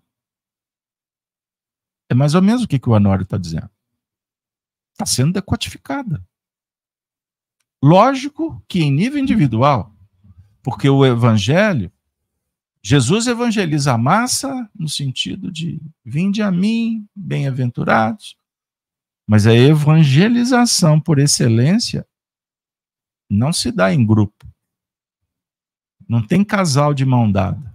É mais ou menos o que o Honório está dizendo. Está sendo decodificada. Lógico que em nível individual, porque o Evangelho, Jesus evangeliza a massa no sentido de vinde a mim, bem-aventurados, mas a evangelização por excelência não se dá em grupo. Não tem casal de mão dada.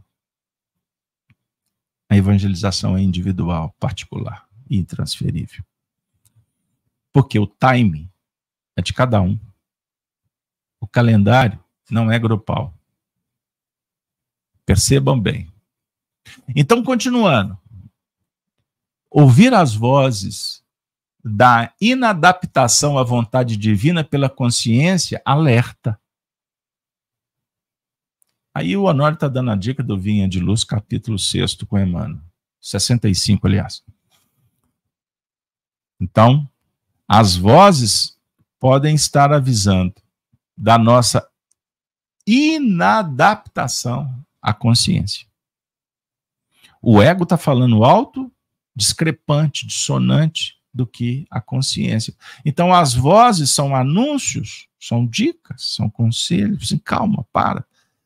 A evangelização é individual, particular e intransferível. Porque o time é de cada um. O calendário não é grupal. Percebam bem. Então, continuando. Ouvir as vozes da inadaptação à vontade divina pela consciência alerta. Aí o Honório está dando a dica do Vinha de Luz, capítulo 6 com Emmanuel. 65, aliás. Então, as vozes podem estar avisando da nossa inadaptação à consciência. O ego está falando alto, discrepante, dissonante do que a consciência. Então, as vozes são anúncios, são dicas, são conselhos. Assim, calma, para.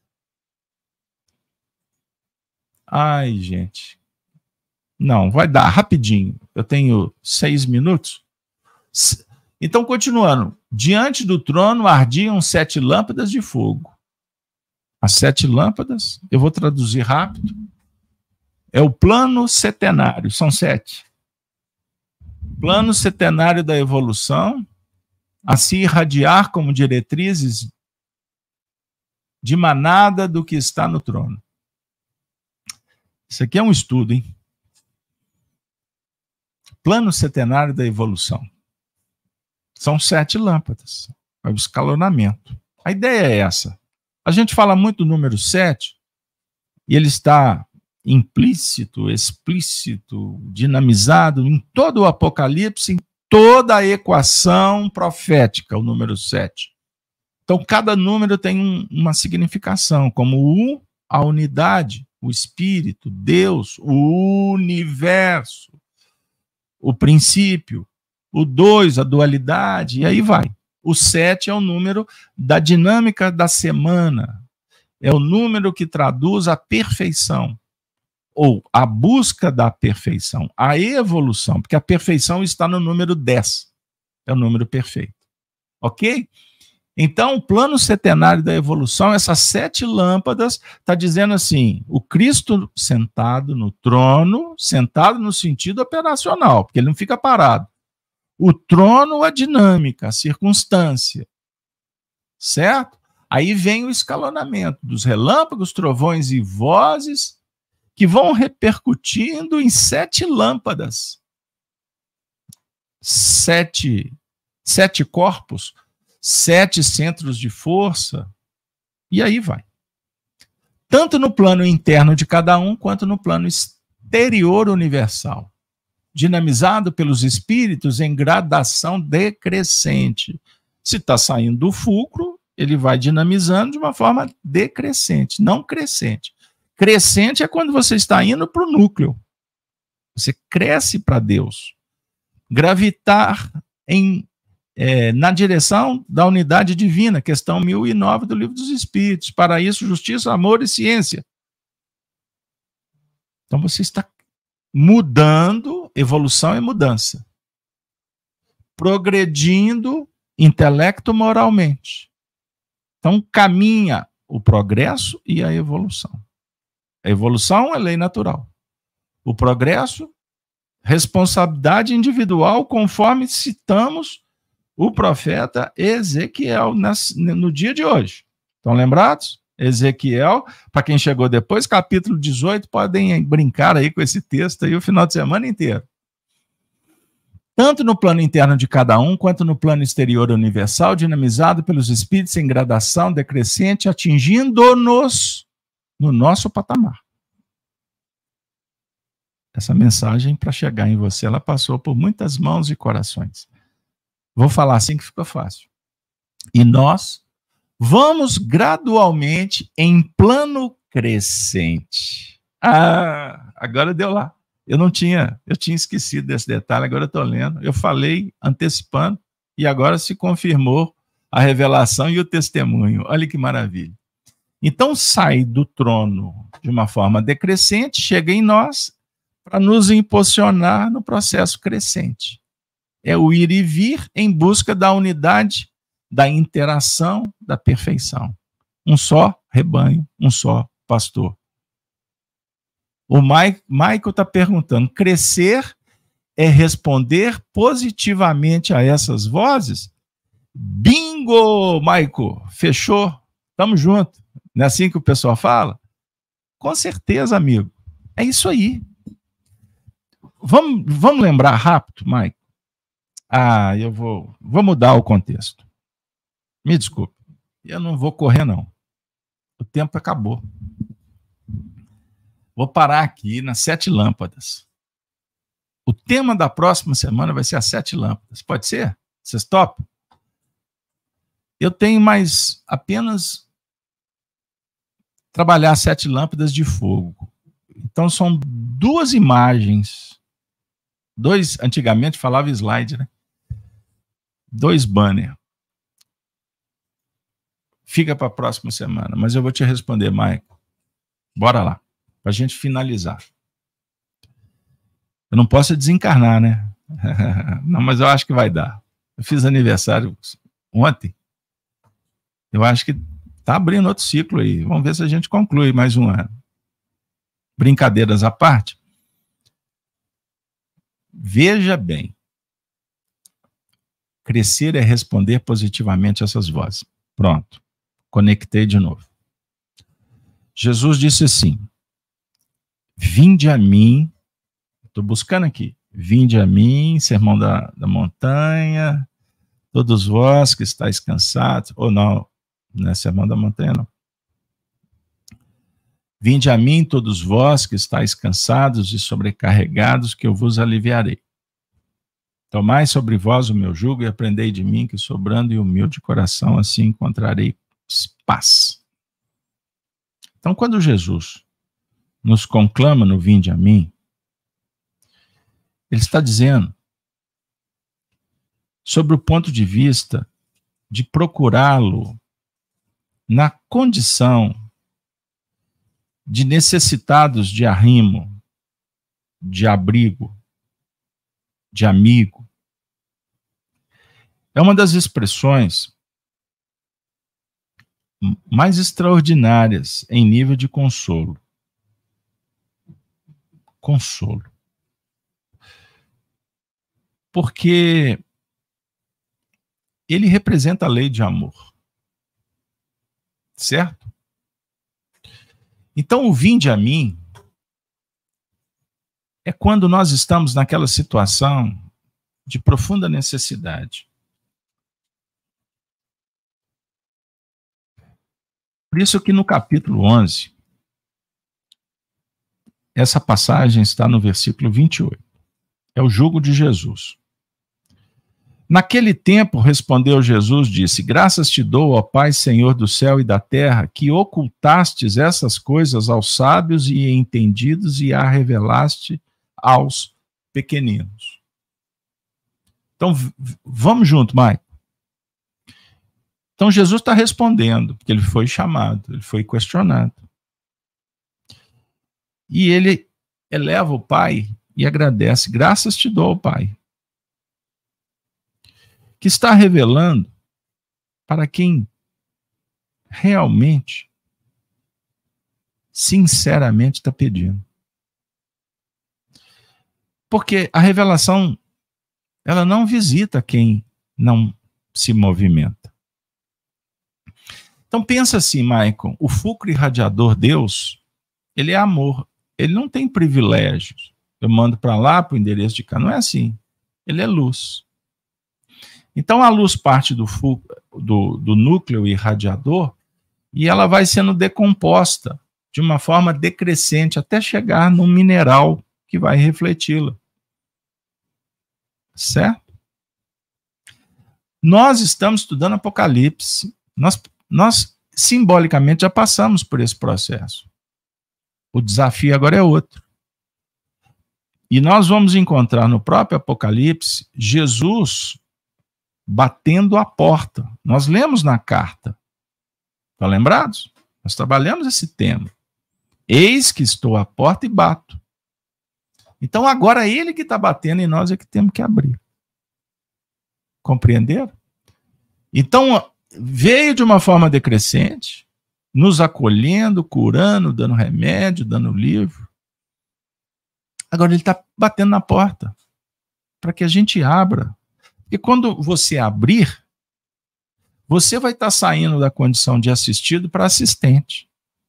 Ai, gente. Não, vai dar rapidinho. Eu tenho 6 minutos. Então, continuando. Diante do trono ardiam 7 lâmpadas de fogo. As 7 lâmpadas, eu vou traduzir rápido. É o plano setenário, são 7. Plano setenário da evolução, a se irradiar como diretrizes de manada do que está no trono. Isso aqui é um estudo, hein? Plano setenário da evolução. São 7 lâmpadas. É o escalonamento. A ideia é essa. A gente fala muito do número 7 e ele está implícito, explícito, dinamizado em todo o Apocalipse, em toda a equação profética, o número 7. Então, cada número tem uma significação, como o a unidade, o Espírito, Deus, o universo, o princípio, o 2, a dualidade, e aí vai. O 7 é o número da dinâmica da semana, é o número que traduz a perfeição, ou a busca da perfeição, a evolução, porque a perfeição está no número 10, é o número perfeito. Ok? Então, o plano setenário da evolução, essas 7 lâmpadas, está dizendo assim, o Cristo sentado no trono, sentado no sentido operacional, porque ele não fica parado. O trono, a dinâmica, a circunstância, certo? Aí vem o escalonamento dos relâmpagos, trovões e vozes, que vão repercutindo em 7 lâmpadas. 7 corpos, 7 centros de força, e aí vai. Tanto no plano interno de cada um, quanto no plano exterior universal, dinamizado pelos espíritos em gradação decrescente. Se está saindo do fulcro, ele vai dinamizando de uma forma decrescente, não crescente. Crescente é quando você está indo para o núcleo. Você cresce para Deus. Gravitar na direção da unidade divina, questão 1009 do Livro dos Espíritos. Para isso, justiça, amor e ciência. Então você está mudando, evolução é mudança. Progredindo intelecto-moralmente. Então caminha o progresso e a evolução. A evolução é lei natural. O progresso, responsabilidade individual, conforme citamos o profeta Ezequiel no dia de hoje. Estão lembrados? Ezequiel, para quem chegou depois, capítulo 18, podem brincar aí com esse texto aí o final de semana inteiro. Tanto no plano interno de cada um, quanto no plano exterior universal, dinamizado pelos espíritos em gradação decrescente, atingindo-nos no nosso patamar. Essa mensagem, para chegar em você, ela passou por muitas mãos e corações. Vou falar assim que fica fácil. E nós vamos gradualmente em plano crescente. Agora deu lá. Eu tinha esquecido desse detalhe, agora eu estou lendo. Eu falei antecipando e agora se confirmou a revelação e o testemunho. Olha que maravilha. Então sai do trono de uma forma decrescente, chega em nós para nos impulsionar no processo crescente. É o ir e vir em busca da unidade, da interação, da perfeição. Um só rebanho, um só pastor. O Michael está perguntando, crescer é responder positivamente a essas vozes? Bingo, Michael, fechou, estamos juntos. Não é assim que o pessoal fala? Com certeza, amigo, é isso aí. Vamos lembrar rápido, Michael? Eu vou mudar o contexto. Me desculpe, eu não vou correr, não. O tempo acabou. Vou parar aqui nas 7 lâmpadas. O tema da próxima semana vai ser as 7 lâmpadas. Pode ser? Vocês topam? Eu tenho mais apenas trabalhar 7 lâmpadas de fogo. Então são 2 imagens. Antigamente falava slide, né? 2 banners. Fica para a próxima semana, mas eu vou te responder, Maico. Bora lá, para a gente finalizar. Eu não posso desencarnar, né? Não, mas eu acho que vai dar. Eu fiz aniversário ontem. Eu acho que está abrindo outro ciclo aí. Vamos ver se a gente conclui mais um ano. Brincadeiras à parte. Veja bem. Crescer é responder positivamente a essas vozes. Pronto. Conectei de novo. Jesus disse assim: vinde a mim, estou buscando aqui, vinde a mim, sermão da montanha, todos vós que estáis cansados, ou não é sermão da montanha, não. Vinde a mim, todos vós que estáis cansados e sobrecarregados, que eu vos aliviarei. Tomai sobre vós o meu jugo e aprendei de mim, que sou brando e humilde de coração, assim encontrarei paz. Então, quando Jesus nos conclama no vinde a mim, ele está dizendo sobre o ponto de vista de procurá-lo na condição de necessitados de arrimo, de abrigo, de amigo. É uma das expressões mais extraordinárias em nível de consolo. Consolo. Porque ele representa a lei de amor. Certo? Então, o vinde a mim é quando nós estamos naquela situação de profunda necessidade. Por isso que no capítulo 11, essa passagem está no versículo 28. É o jugo de Jesus. Naquele tempo, respondeu Jesus, disse: graças te dou, ó Pai, Senhor do céu e da terra, que ocultastes essas coisas aos sábios e entendidos e a revelaste aos pequeninos. Então, vamos junto, Maico. Então, Jesus está respondendo, porque ele foi chamado, ele foi questionado. E ele eleva o Pai e agradece. Graças te dou, Pai. Que está revelando para quem realmente, sinceramente está pedindo. Porque a revelação, ela não visita quem não se movimenta. Então pensa assim, Maicon, o fulcro irradiador Deus, ele é amor, ele não tem privilégios. Eu mando para lá, para o endereço de cá, não é assim. Ele é luz. Então a luz parte do núcleo irradiador e ela vai sendo decomposta de uma forma decrescente até chegar num mineral que vai refleti-la. Certo? Nós estamos estudando Apocalipse. Nós simbolicamente já passamos por esse processo. O desafio agora é outro. E nós vamos encontrar no próprio Apocalipse Jesus batendo a porta. Nós lemos na carta. Estão lembrados? Nós trabalhamos esse tema. Eis que estou à porta e bato. Então agora ele que está batendo e nós é que temos que abrir. Compreenderam? Então veio de uma forma decrescente, nos acolhendo, curando, dando remédio, dando livro. Agora ele está batendo na porta para que a gente abra. E quando você abrir, você vai estar saindo da condição de assistido para assistente.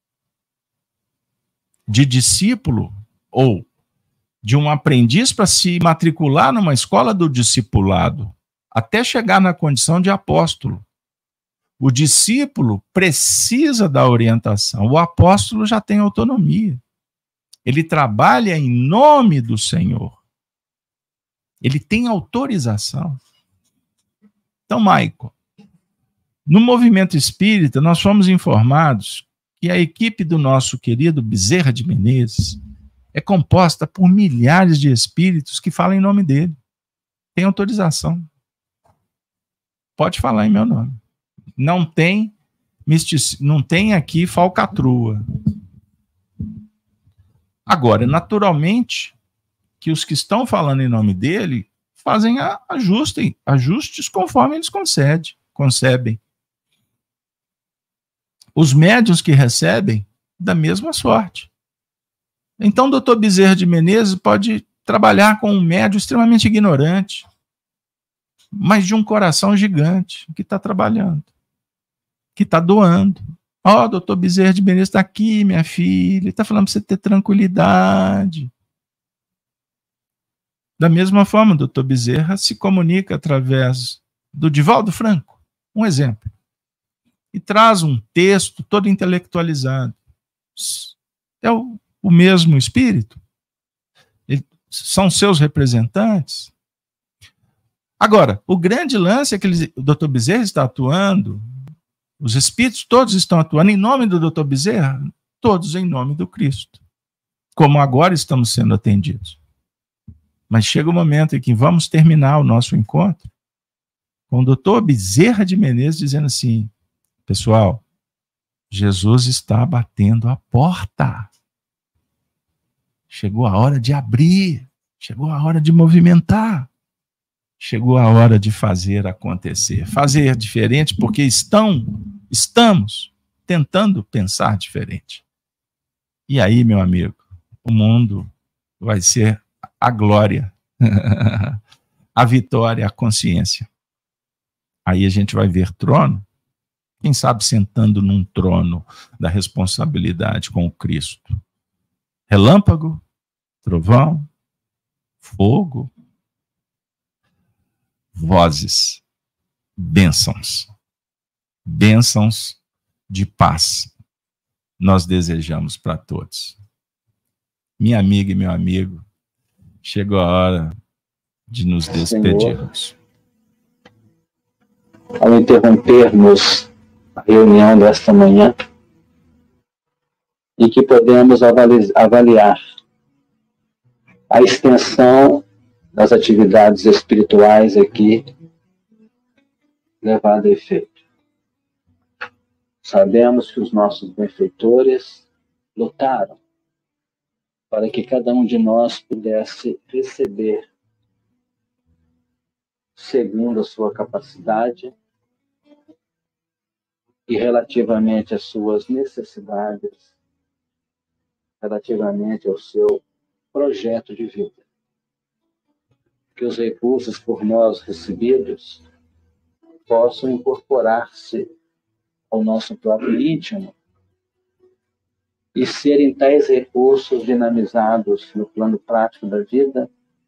De discípulo ou de um aprendiz para se matricular numa escola do discipulado, até chegar na condição de apóstolo. O discípulo precisa da orientação, o apóstolo já tem autonomia. Ele trabalha em nome do Senhor. Ele tem autorização. Então, Maico, no movimento espírita, nós fomos informados que a equipe do nosso querido Bezerra de Menezes é composta por milhares de espíritos que falam em nome dele. Tem autorização. Pode falar em meu nome. Não tem aqui falcatrua. Agora, naturalmente, que os que estão falando em nome dele fazem ajustes conforme eles concebem. Os médiuns que recebem, da mesma sorte. Então, o doutor Bezerra de Menezes pode trabalhar com um médium extremamente ignorante, mas de um coração gigante, que está trabalhando, que está doando. Ó, doutor Bezerra de Menezes está aqui, minha filha, está falando para você ter tranquilidade. Da mesma forma, o doutor Bezerra se comunica através do Divaldo Franco, um exemplo, e traz um texto todo intelectualizado. É o mesmo espírito? São seus representantes? Agora, o grande lance é que o doutor Bezerra está atuando, os espíritos todos estão atuando em nome do doutor Bezerra, todos em nome do Cristo, como agora estamos sendo atendidos. Mas chega o momento em que vamos terminar o nosso encontro com o doutor Bezerra de Menezes dizendo assim: pessoal, Jesus está batendo a porta. Chegou a hora de abrir, chegou a hora de movimentar, chegou a hora de fazer acontecer. Fazer diferente porque estamos tentando pensar diferente. E aí, meu amigo, o mundo vai ser a glória, a vitória, a consciência. Aí a gente vai ver trono, quem sabe sentando num trono da responsabilidade com o Cristo. Relâmpago, trovão, fogo, vozes, bênçãos, bênçãos de paz. Nós desejamos para todos. Minha amiga e meu amigo, chegou a hora de nos despedirmos. Ao interrompermos a reunião desta manhã, e que podemos avaliar a extensão das atividades espirituais aqui levada a efeito. Sabemos que os nossos benfeitores lutaram para que cada um de nós pudesse receber segundo a sua capacidade e relativamente às suas necessidades, relativamente ao seu projeto de vida. Que os recursos por nós recebidos possam incorporar-se ao nosso próprio íntimo e serem tais recursos dinamizados no plano prático da vida,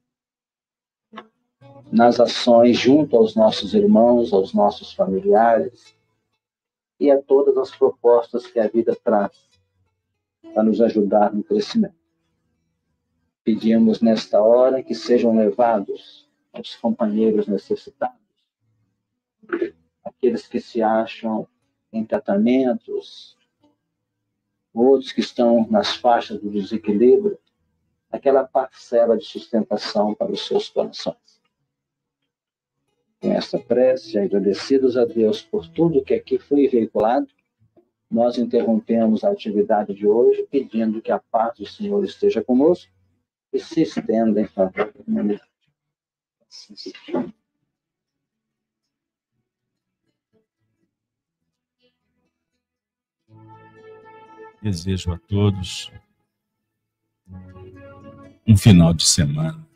nas ações junto aos nossos irmãos, aos nossos familiares e a todas as propostas que a vida traz para nos ajudar no crescimento. Pedimos nesta hora que sejam levados aos companheiros necessitados, aqueles que se acham em tratamentos, outros que estão nas faixas do desequilíbrio, aquela parcela de sustentação para os seus corações. Com esta prece, agradecidos a Deus por tudo que aqui foi veiculado, nós interrompemos a atividade de hoje, pedindo que a paz do Senhor esteja conosco e se estenda em favor da humanidade. Desejo a todos um final de semana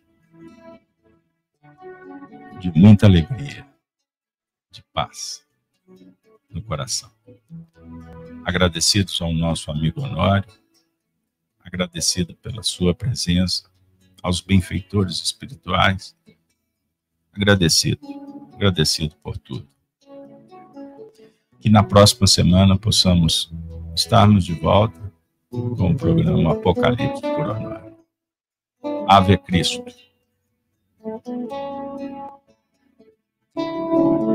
de muita alegria, de paz no coração. Agradecidos ao nosso amigo Honório, agradecido pela sua presença, aos benfeitores espirituais, agradecido por tudo. Que na próxima semana possamos estarmos de volta com o programa Apocalipse por Honório. Ave Cristo.